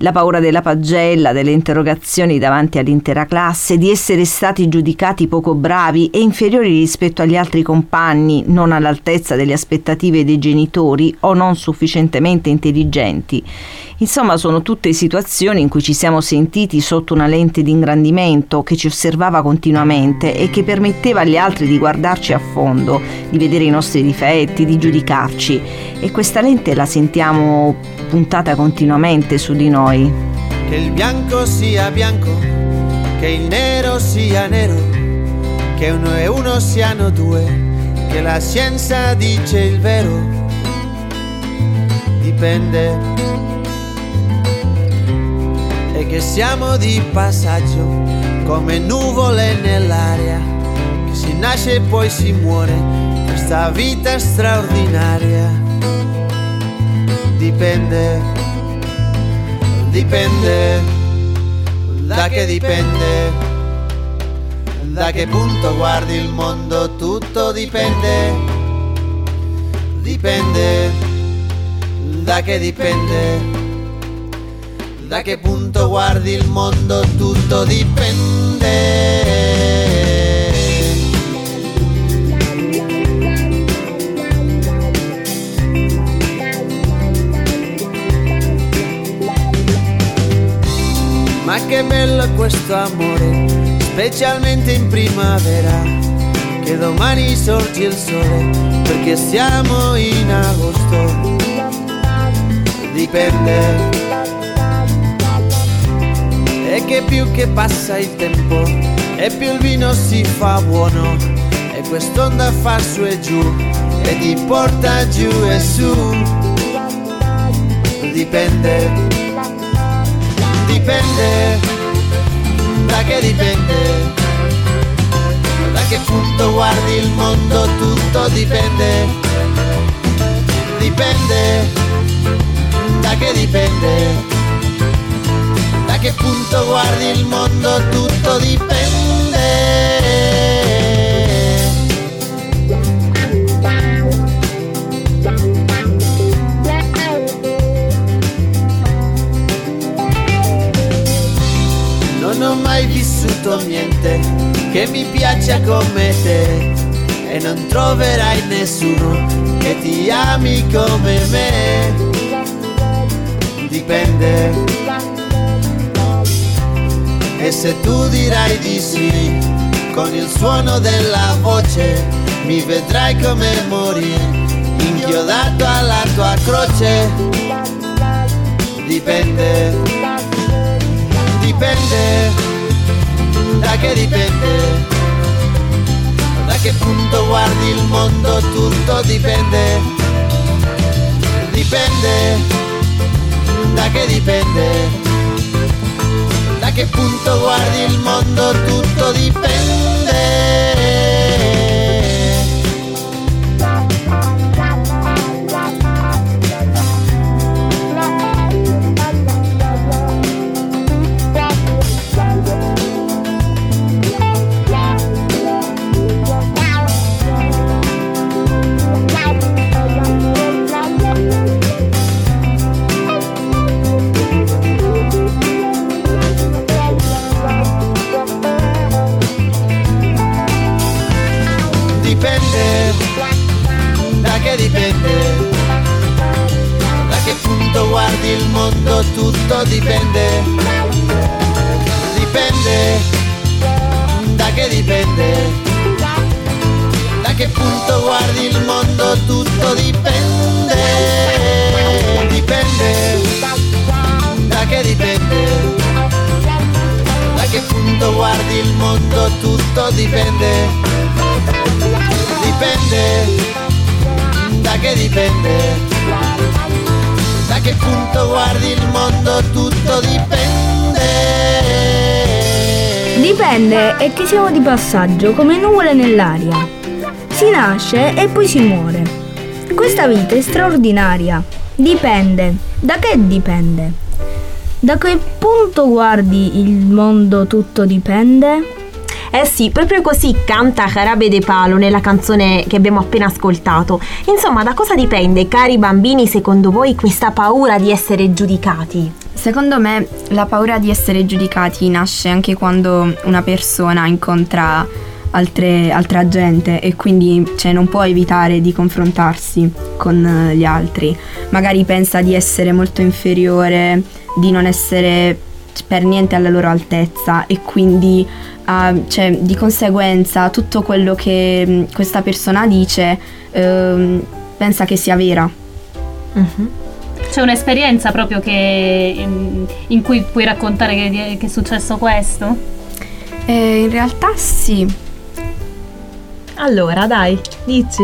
La paura della pagella, delle interrogazioni davanti all'intera classe, di essere stati giudicati poco bravi e inferiori rispetto agli altri compagni, non all'altezza delle aspettative dei genitori o non sufficientemente intelligenti. Insomma, sono tutte situazioni in cui ci siamo sentiti sotto una lente di ingrandimento che ci osservava continuamente e che permetteva agli altri di guardarci a fondo, di vedere i nostri difetti, di giudicarci. E questa lente la sentiamo puntata continuamente su di noi. Che il bianco sia bianco, che il nero sia nero, che uno e uno siano due, che la scienza dice il vero. Dipende. E che siamo di passaggio, come nuvole nell'aria, che si nasce e poi si muore, questa vita straordinaria. Dipende, dipende, da che dipende, da che punto guardi il mondo, tutto dipende, dipende, da che dipende. Da che punto guardi il mondo, tutto dipende. Ma che bello questo amore, specialmente in primavera, che domani sorge il sole, perché siamo in agosto. Dipende. E che più che passa il tempo e più il vino si fa buono, e quest'onda fa su e giù e ti porta giù e su. Dipende, dipende, da che dipende, da che punto guardi il mondo, tutto dipende, dipende, da che dipende. Da che punto guardi il mondo, tutto dipende. Non ho mai vissuto niente che mi piaccia come te, e non troverai nessuno che ti ami come me. Dipende. E se tu dirai di sì, con il suono della voce mi vedrai come morire, inchiodato alla tua croce. Dipende, dipende, da che dipende, da che punto guardi il mondo, tutto dipende, dipende, da che dipende. Da che punto guardi il mondo, tutto dipende. Guardi il mondo, tutto dipende, dipende, da che dipende, da che punto guardi il mondo, tutto dipende, dipende, da che dipende, da che punto guardi il mondo, tutto dipende, dipende, da che dipende. Da che punto guardi il mondo, tutto dipende. Dipende è che siamo di passaggio, come nuvole nell'aria. Si nasce e poi si muore. Questa vita è straordinaria. Dipende. Da che dipende? Da che punto guardi il mondo, tutto dipende? Eh sì, proprio così canta Jarabe de Palo nella canzone che abbiamo appena ascoltato. Insomma, da cosa dipende, cari bambini, secondo voi, questa paura di essere giudicati? Secondo me la paura di essere giudicati nasce anche quando una persona incontra altra gente e quindi non può evitare di confrontarsi con gli altri. Magari pensa di essere molto inferiore, di non essere per niente alla loro altezza e quindi di conseguenza tutto quello che questa persona dice pensa che sia vera. C'è un'esperienza proprio in cui puoi raccontare che è successo questo? In realtà sì. Allora, dai, dici.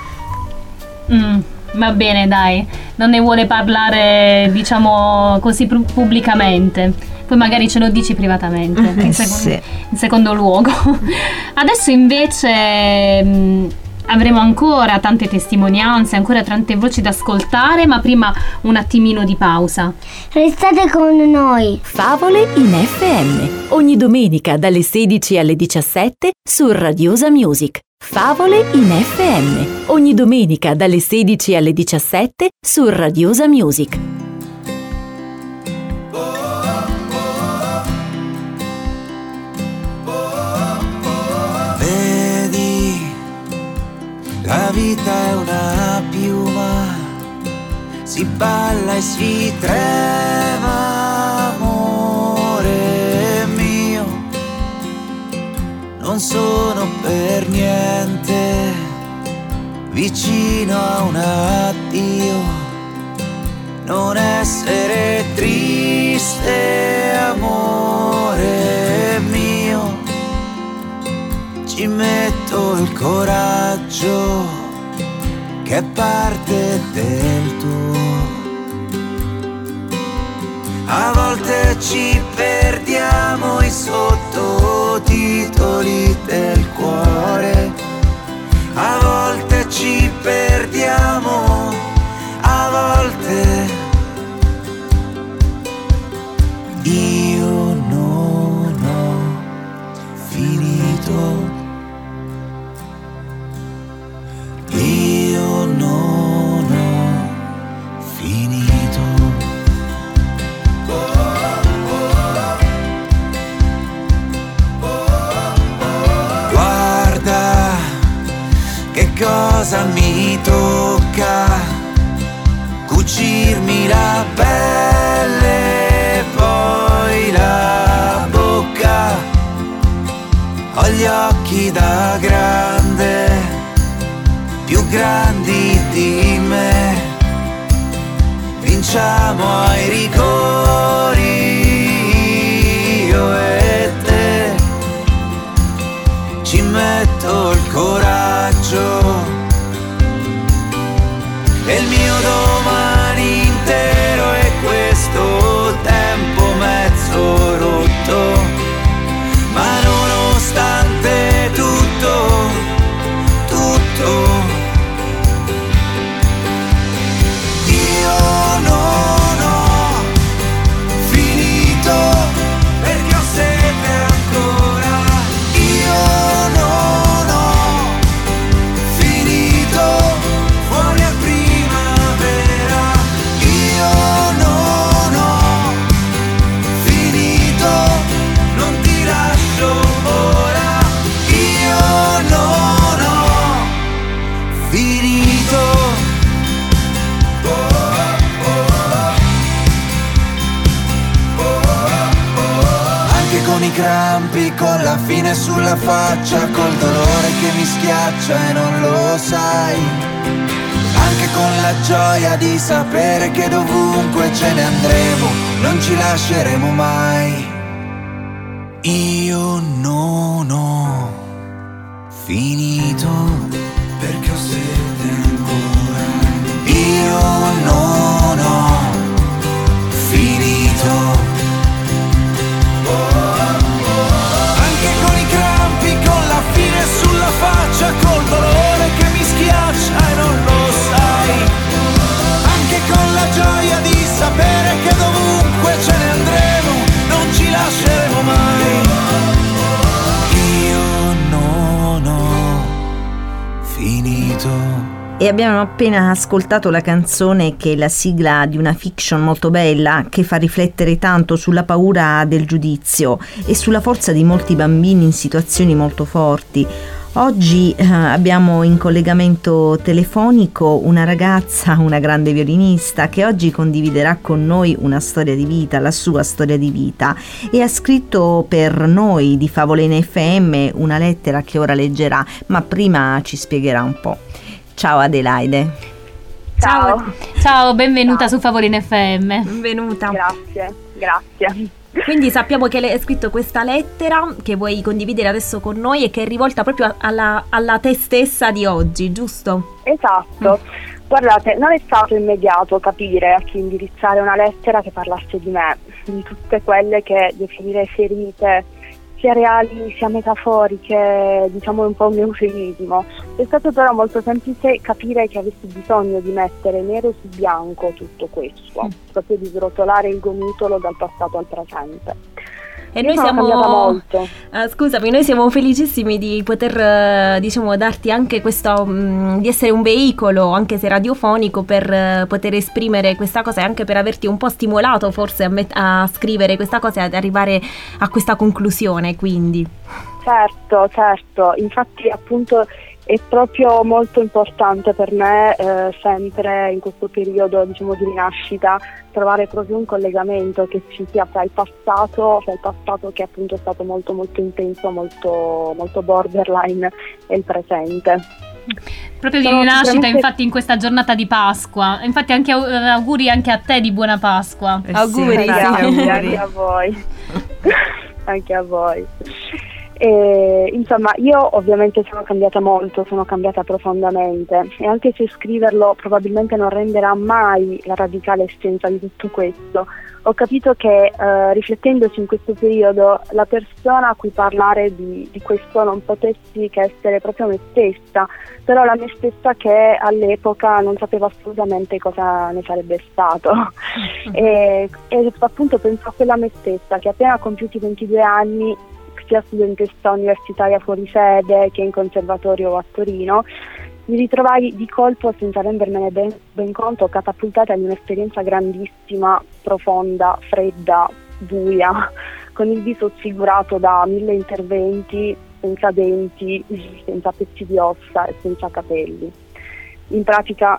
Va bene, dai. Non ne vuole parlare, diciamo così, pubblicamente. Poi magari ce lo dici privatamente, in secondo luogo. Adesso invece avremo ancora tante testimonianze, ancora tante voci da ascoltare, ma prima un attimino di pausa. Restate con noi. Favole in FM, ogni domenica dalle 16 alle 17 su Radiosa Music. Favole in FM, ogni domenica dalle 16 alle 17 su Radiosa Music. La vita è una piuma, si balla e si trema, amore mio. Non sono per niente vicino a un addio. Non essere triste, amore mio. Ci metto il coraggio che è parte del tuo. A volte ci perdiamo i sottotitoli del cuore. A volte ci perdiamo, a volte io non ho finito. Io non ho finito. Guarda che cosa mi tocca, cucirmi la pelle e poi la bocca. Ho gli occhi da grande, più grandi di me, vinciamo ai rigori, io e te, ci metto il coraggio, e il mio domani intero è questo tempo mezzo rotto, ma nonostante tutto, io non ho finito, perché ho sete ancora. Io non ho finito, fuori a primavera. Io non ho finito, non ti lascio ora. Io non ho finito. Anche con i crampi, con la fine sulla faccia, col dolore che mi schiaccia e non lo sai. Anche con la gioia di sapere che dovunque ce ne andremo, non ci lasceremo mai. Io non ho finito, perché ho sete ancora. Io non ho finito. Anche con i crampi, con la fine sulla faccia, col dolore che mi schiaccia e non lo sai. Anche con la gioia di sapere che dovunque ce ne andremo, non ci lasceremo mai. Io non ho finito. E abbiamo appena ascoltato la canzone che è la sigla di una fiction molto bella che fa riflettere tanto sulla paura del giudizio e sulla forza di molti bambini in situazioni molto forti. Oggi abbiamo in collegamento telefonico una ragazza, una grande violinista che oggi condividerà con noi una storia di vita, la sua storia di vita, e ha scritto per noi di Favole in FM una lettera che ora leggerà, ma prima ci spiegherà un po'. Ciao Adelaide. Ciao, benvenuta su Favole in FM. Benvenuta. Grazie. Quindi sappiamo che lei ha scritto questa lettera che vuoi condividere adesso con noi e che è rivolta proprio alla te stessa di oggi, giusto? Esatto. Guardate, non è stato immediato capire a chi indirizzare una lettera che parlasse di me, di tutte quelle che definire ferite, sia reali sia metaforiche, diciamo un po' un eufemismo. È stato però molto semplice capire che avessi bisogno di mettere nero su bianco tutto questo, proprio di srotolare il gomitolo dal passato al presente. E noi siamo molto. Scusami, noi siamo felicissimi di poter darti anche questo, di essere un veicolo, anche se radiofonico, per poter esprimere questa cosa e anche per averti un po' stimolato forse a scrivere questa cosa e ad arrivare a questa conclusione, quindi. Certo, infatti appunto è proprio molto importante per me sempre in questo periodo di rinascita trovare proprio un collegamento che ci sia fra il passato che appunto è stato molto molto intenso, molto, molto borderline, e il presente. Proprio di rinascita, infatti, in questa giornata di Pasqua. Infatti anche auguri anche a te di buona Pasqua. Auguri. Anche a voi. Anche a voi. E, insomma, io ovviamente sono cambiata molto, sono cambiata profondamente, e anche se scriverlo probabilmente non renderà mai la radicale essenza di tutto questo, ho capito che riflettendoci in questo periodo la persona a cui parlare di questo non potessi che essere proprio me stessa, però la me stessa che all'epoca non sapeva assolutamente cosa ne sarebbe stato. E appunto penso a quella me stessa che appena compiuti 22 anni, sia studentessa universitaria fuori sede che in conservatorio a Torino, mi ritrovai di colpo, senza rendermene ben conto, catapultata in un'esperienza grandissima, profonda, fredda, buia, con il viso sfigurato da 1000 interventi, senza denti, senza pezzi di ossa e senza capelli. In pratica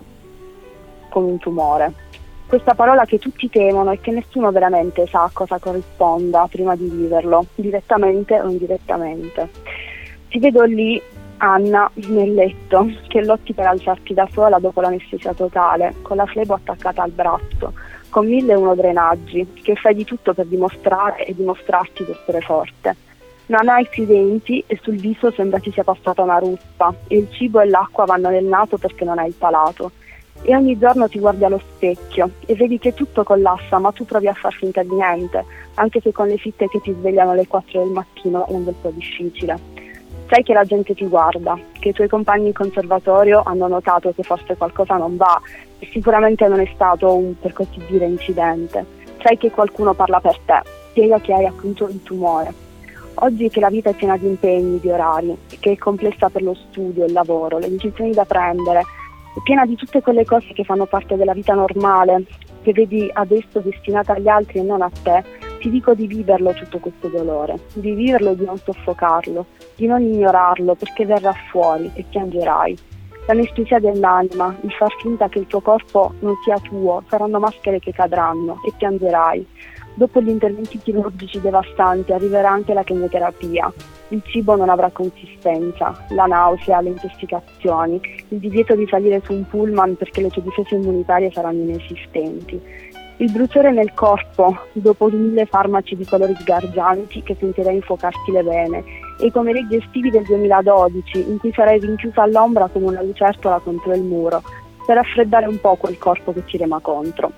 con un tumore. Questa parola che tutti temono e che nessuno veramente sa a cosa corrisponda prima di viverlo, direttamente o indirettamente. Ti vedo lì, Anna, nel letto, che lotti per alzarti da sola dopo l'anestesia totale, con la flebo attaccata al braccio, con 1001 drenaggi, che fai di tutto per dimostrare e dimostrarti di essere forte. Non hai più denti e sul viso sembra ti sia passata una ruspa, e il cibo e l'acqua vanno nel naso perché non hai il palato. E ogni giorno ti guardi allo specchio e vedi che tutto collassa, ma tu provi a far finta di niente, anche se con le fitte che ti svegliano alle 4 del mattino è un bel po' difficile. Sai che la gente ti guarda, che i tuoi compagni in conservatorio hanno notato che forse qualcosa non va e sicuramente non è stato un, per così dire, incidente. Sai che qualcuno parla per te, spiega che hai appunto il tumore. Oggi che la vita è piena di impegni, di orari, che è complessa per lo studio, il lavoro, le decisioni da prendere, è piena di tutte quelle cose che fanno parte della vita normale, che vedi adesso destinata agli altri e non a te, ti dico di viverlo tutto questo dolore, di viverlo e di non soffocarlo, di non ignorarlo perché verrà fuori e piangerai. L'anestesia dell'anima, il far finta che il tuo corpo non sia tuo, saranno maschere che cadranno e piangerai. Dopo gli interventi chirurgici devastanti arriverà anche la chemioterapia. Il cibo non avrà consistenza, la nausea, le intossicazioni, il divieto di salire su un pullman perché le tue difese immunitarie saranno inesistenti. Il bruciore nel corpo, dopo 1000 farmaci di colori sgargianti che sentirai infuocarti le vene, e i pomeriggi estivi del 2012 in cui sarai rinchiusa all'ombra come una lucertola contro il muro, per raffreddare un po' quel corpo che ti rema contro.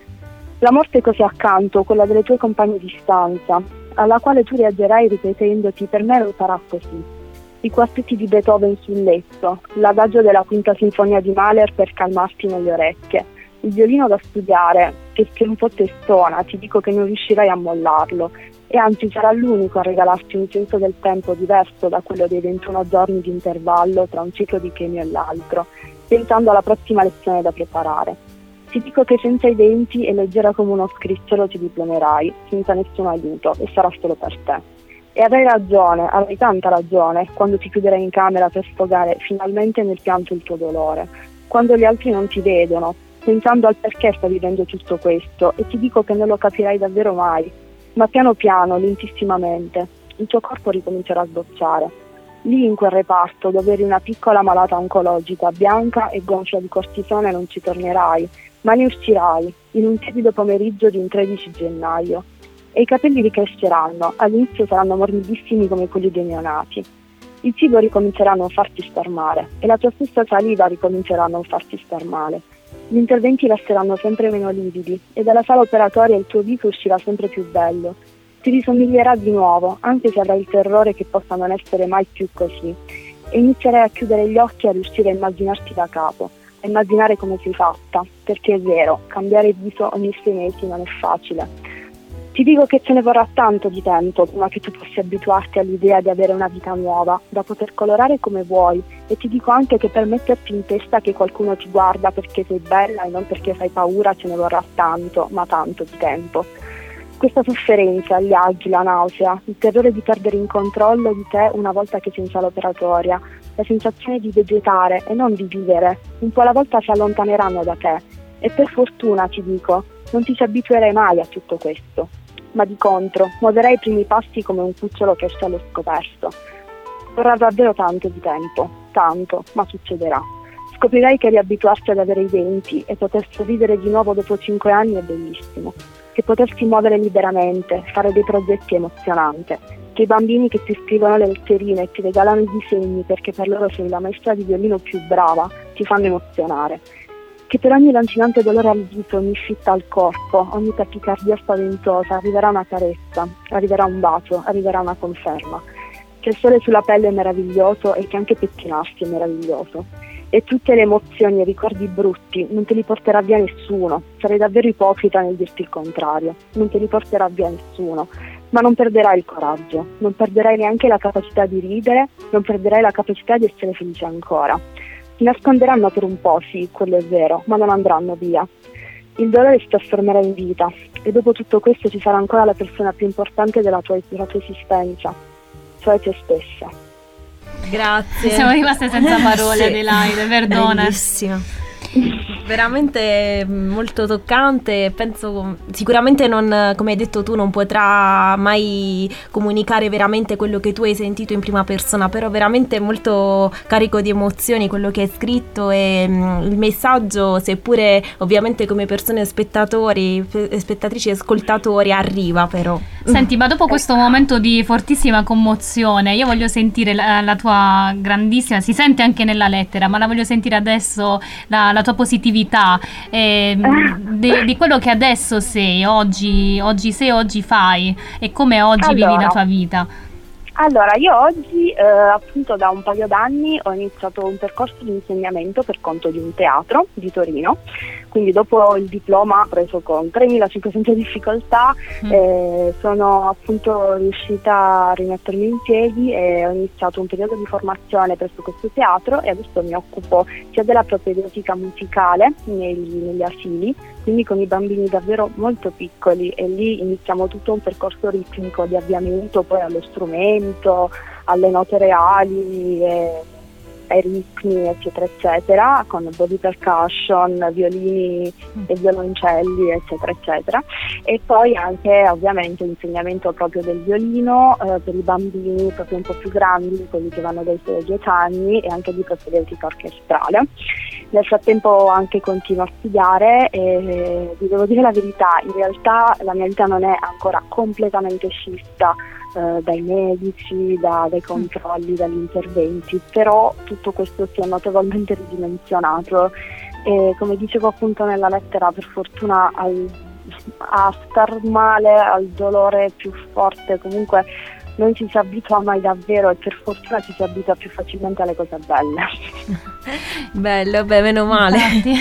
La morte così accanto, quella delle tue compagne di stanza, alla quale tu reagerai ripetendoti: per me non sarà così. I quartetti di Beethoven sul letto, l'adagio della quinta sinfonia di Mahler per calmarti nelle orecchie, il violino da studiare, che un po' te stona, ti dico che non riuscirai a mollarlo, e anzi sarà l'unico a regalarti un senso del tempo diverso da quello dei 21 giorni di intervallo tra un ciclo di chemio e l'altro. pensando alla prossima lezione da preparare. Ti dico che senza i denti e leggera come uno scricciolo ti diplomerai, senza nessun aiuto, e sarà solo per te. E avrai ragione, avrai tanta ragione, quando ti chiuderai in camera per sfogare finalmente nel pianto il tuo dolore, quando gli altri non ti vedono, pensando al perché stai vivendo tutto questo, e ti dico che non lo capirai davvero mai, ma piano piano, lentissimamente, il tuo corpo ricomincerà a sbocciare. Lì in quel reparto, dove eri una piccola malata oncologica, bianca e gonfia di cortisone, non ci tornerai, ma ne uscirai, in un tiepido pomeriggio di un 13 gennaio. E i capelli ricresceranno, all'inizio saranno morbidissimi come quelli dei neonati. Il cibo ricomincerà a non farti star male, e la tua stessa saliva ricomincerà a non farti star male. Gli interventi resteranno sempre meno lividi, e dalla sala operatoria il tuo viso uscirà sempre più bello. Ti risomiglierà di nuovo, anche se avrai il terrore che possa non essere mai più così, e inizierai a chiudere gli occhi e a riuscire a immaginarti da capo, a immaginare come sei fatta, perché è vero, cambiare viso ogni 6 mesi non è facile. Ti dico che ce ne vorrà tanto di tempo prima che tu possa abituarti all'idea di avere una vita nuova, da poter colorare come vuoi, e ti dico anche che per metterti in testa che qualcuno ti guarda perché sei bella e non perché fai paura ce ne vorrà tanto, ma tanto di tempo. Questa sofferenza, gli aghi, la nausea, il terrore di perdere il controllo di te una volta che sei in sala operatoria, la sensazione di vegetare e non di vivere, un po' alla volta si allontaneranno da te. E per fortuna, ti dico, non ti ci abituerai mai a tutto questo. Ma di contro, muoverai i primi passi come un cucciolo che esce allo scoperto. Vorrà davvero tanto di tempo, tanto, ma succederà. Scoprirai che riabituarsi ad avere i denti e poter sorridere di nuovo dopo 5 anni è bellissimo. Che potersi muovere liberamente, fare dei progetti è emozionante. Che i bambini che ti scrivono le letterine e ti regalano i disegni perché per loro sei la maestra di violino più brava, ti fanno emozionare. Che per ogni lancinante dolore al viso, ogni fitta al corpo, ogni tachicardia spaventosa arriverà una carezza, arriverà un bacio, arriverà una conferma. Che il sole sulla pelle è meraviglioso e che anche pettinarsi è meraviglioso. E tutte le emozioni e i ricordi brutti non te li porterà via nessuno. Sarei davvero ipocrita nel dirti il contrario. Non te li porterà via nessuno. Ma non perderai il coraggio, non perderai neanche la capacità di ridere, non perderai la capacità di essere felice ancora. Si nasconderanno per un po', sì, quello è vero, ma non andranno via. Il dolore si trasformerà in vita e dopo tutto questo ci sarà ancora la persona più importante della tua esistenza, cioè te stessa. Grazie. Siamo rimaste senza parole, Sì. Adelaide, perdona. Bellissima. Veramente molto toccante. Penso sicuramente non, come hai detto tu, non potrà mai comunicare veramente quello che tu hai sentito in prima persona, però veramente molto carico di emozioni quello che hai scritto, e il messaggio, seppure ovviamente come persone spettatori, spettatrici e ascoltatori, arriva però. Senti, ma dopo questo momento di fortissima commozione, io voglio sentire la tua grandissima, si sente anche nella lettera, ma la voglio sentire adesso, la tua positività, di quello che adesso sei, oggi sei, oggi fai, e come oggi vivi la tua vita. Allora, io oggi appunto da un paio d'anni ho iniziato un percorso di insegnamento per conto di un teatro di Torino, quindi dopo il diploma preso con 3.500 difficoltà sono appunto riuscita a rimettermi in piedi e ho iniziato un periodo di formazione presso questo teatro, e adesso mi occupo sia della propedeutica musicale negli asili, quindi con i bambini davvero molto piccoli, e lì iniziamo tutto un percorso ritmico di avviamento poi allo strumento, alle note reali, ai ritmi, eccetera eccetera, con body percussion, violini e violoncelli, eccetera eccetera, e poi anche ovviamente l'insegnamento proprio del violino per i bambini proprio un po' più grandi, quelli che vanno dai 6 ai 10 anni, e anche di propedeutica orchestrale. Nel frattempo anche continuo a studiare, e vi devo dire la verità, in realtà la mia vita non è ancora completamente scissa dai medici, dai controlli, dagli interventi, però tutto questo si è notevolmente ridimensionato, e come dicevo appunto nella lettera, per fortuna a star male, al dolore più forte, comunque non ci si abitua mai davvero, e per fortuna ci si abitua più facilmente alle cose belle. Bello, beh, meno male.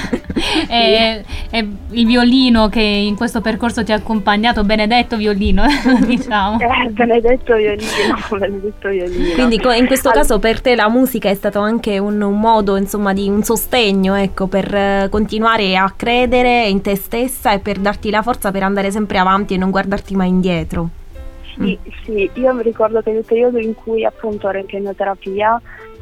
E il violino che in questo percorso ti ha accompagnato, benedetto violino, diciamo. Benedetto violino. Quindi in questo caso per te la musica è stato anche un modo, insomma, di un sostegno, ecco, per continuare a credere in te stessa e per darti la forza per andare sempre avanti e non guardarti mai indietro. Sì, io mi ricordo che nel periodo in cui appunto ero in chemioterapia,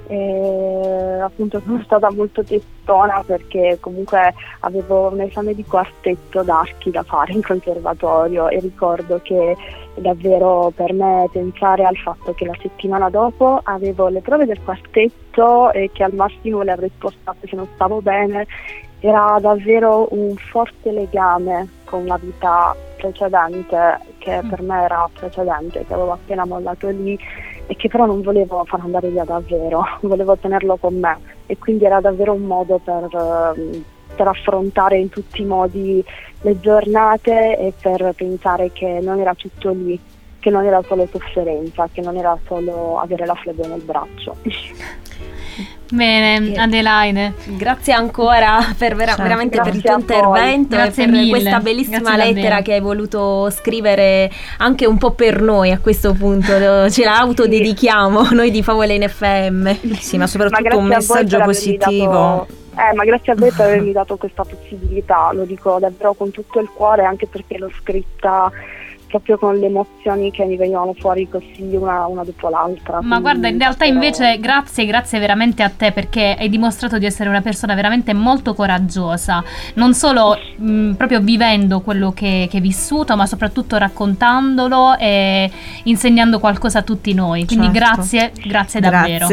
appunto sono stata molto testona, perché comunque avevo un esame di quartetto d'archi da fare in conservatorio, e ricordo che davvero per me pensare al fatto che la settimana dopo avevo le prove del quartetto e che al massimo le avrei spostate se non stavo bene, era davvero un forte legame con la vita precedente, che per me era precedente, che avevo appena mollato lì e che però non volevo far andare via davvero, volevo tenerlo con me, e quindi era davvero un modo per affrontare in tutti i modi le giornate e per pensare che non era tutto lì, che non era solo sofferenza, che non era solo avere la flebo nel braccio. Bene, Adelaide, grazie ancora per veramente per il tuo intervento e per mille. Questa bellissima Grazie lettera davvero. che hai voluto scrivere anche un po' per noi a questo punto. Ce la autodedichiamo noi di Favole in FM. Sì, ma soprattutto un messaggio positivo. Ma grazie a voi per avermi dato questa possibilità, lo dico davvero con tutto il cuore, anche perché l'ho scritta proprio con le emozioni che mi venivano fuori così una dopo l'altra. Ma guarda, in realtà invece grazie veramente a te, perché hai dimostrato di essere una persona veramente molto coraggiosa, non solo proprio vivendo quello che hai vissuto, ma soprattutto raccontandolo e insegnando qualcosa a tutti noi. Quindi grazie davvero.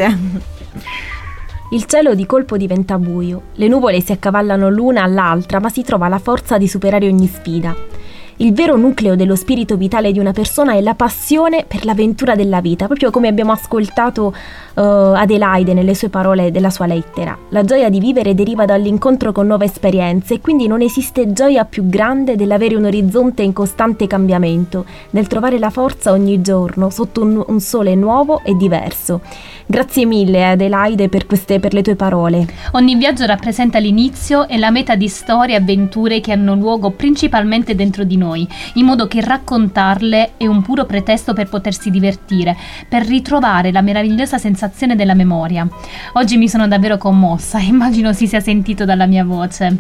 Il cielo di colpo diventa buio, le nuvole si accavallano l'una all'altra, ma si trova la forza di superare ogni sfida. Il vero nucleo dello spirito vitale di una persona è la passione per l'avventura della vita, proprio come abbiamo ascoltato Adelaide nelle sue parole della sua lettera. La gioia di vivere deriva dall'incontro con nuove esperienze, e quindi non esiste gioia più grande dell'avere un orizzonte in costante cambiamento, nel trovare la forza ogni giorno sotto un sole nuovo e diverso. Grazie mille Adelaide per le tue parole. Ogni viaggio rappresenta l'inizio e la meta di storie e avventure che hanno luogo principalmente dentro di noi, in modo che raccontarle è un puro pretesto per potersi divertire, per ritrovare la meravigliosa sensazione della memoria. Oggi mi sono davvero commossa, immagino si sia sentito dalla mia voce.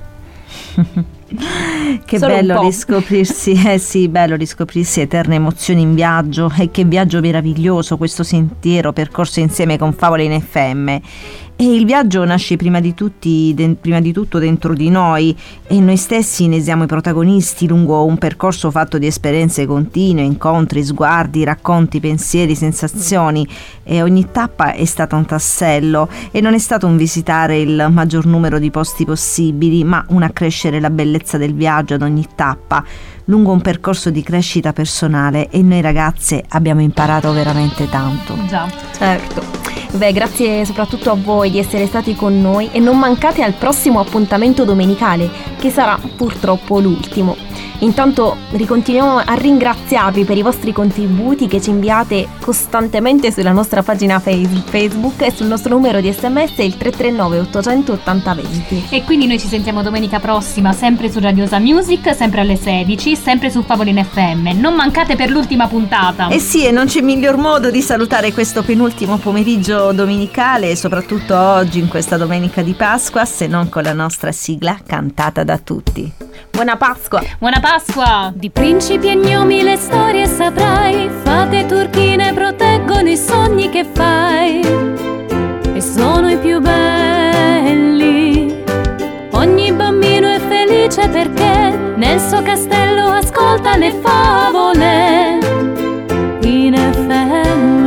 Che Solo bello riscoprirsi, bello riscoprirsi eterne emozioni in viaggio, e che viaggio meraviglioso questo sentiero percorso insieme con Favole in FM. E il viaggio nasce prima di tutto dentro di noi, e noi stessi ne siamo i protagonisti lungo un percorso fatto di esperienze continue, incontri, sguardi, racconti, pensieri, sensazioni, e ogni tappa è stata un tassello, e non è stato un visitare il maggior numero di posti possibili, ma un accrescere la bellezza del viaggio ad ogni tappa, lungo un percorso di crescita personale, e noi ragazze abbiamo imparato veramente tanto. Già, certo. Beh, grazie soprattutto a voi di essere stati con noi, e non mancate al prossimo appuntamento domenicale, che sarà purtroppo l'ultimo. Intanto ricontinuiamo a ringraziarvi per i vostri contributi che ci inviate costantemente sulla nostra pagina Facebook e sul nostro numero di SMS, il 339 880 20. E quindi noi ci sentiamo domenica prossima, sempre su Radiosa Music, sempre alle 16, sempre su Favole in FM. Non mancate per l'ultima puntata. E sì, e non c'è miglior modo di salutare questo penultimo pomeriggio domenicale, soprattutto oggi in questa domenica di Pasqua, se non con la nostra sigla cantata da tutti. Buona Pasqua! Buona Pasqua! Di principi e gnomi le storie saprai, fate turchine proteggono i sogni che fai, e sono i più belli. Ogni bambino è felice perché nel suo castello ascolta le favole in FM.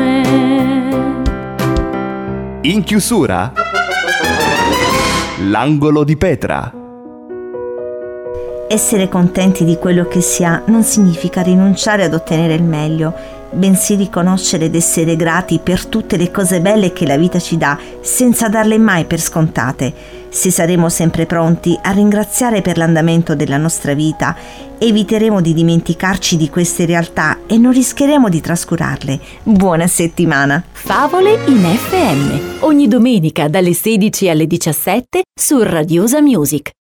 In chiusura, l'angolo di Petra. Essere contenti di quello che si ha non significa rinunciare ad ottenere il meglio. bensì riconoscere ed essere grati per tutte le cose belle che la vita ci dà, senza darle mai per scontate. Se saremo sempre pronti a ringraziare per l'andamento della nostra vita, eviteremo di dimenticarci di queste realtà e non rischieremo di trascurarle. Buona settimana! Favole in FM, ogni domenica dalle 16 alle 17 su Radiosa Music.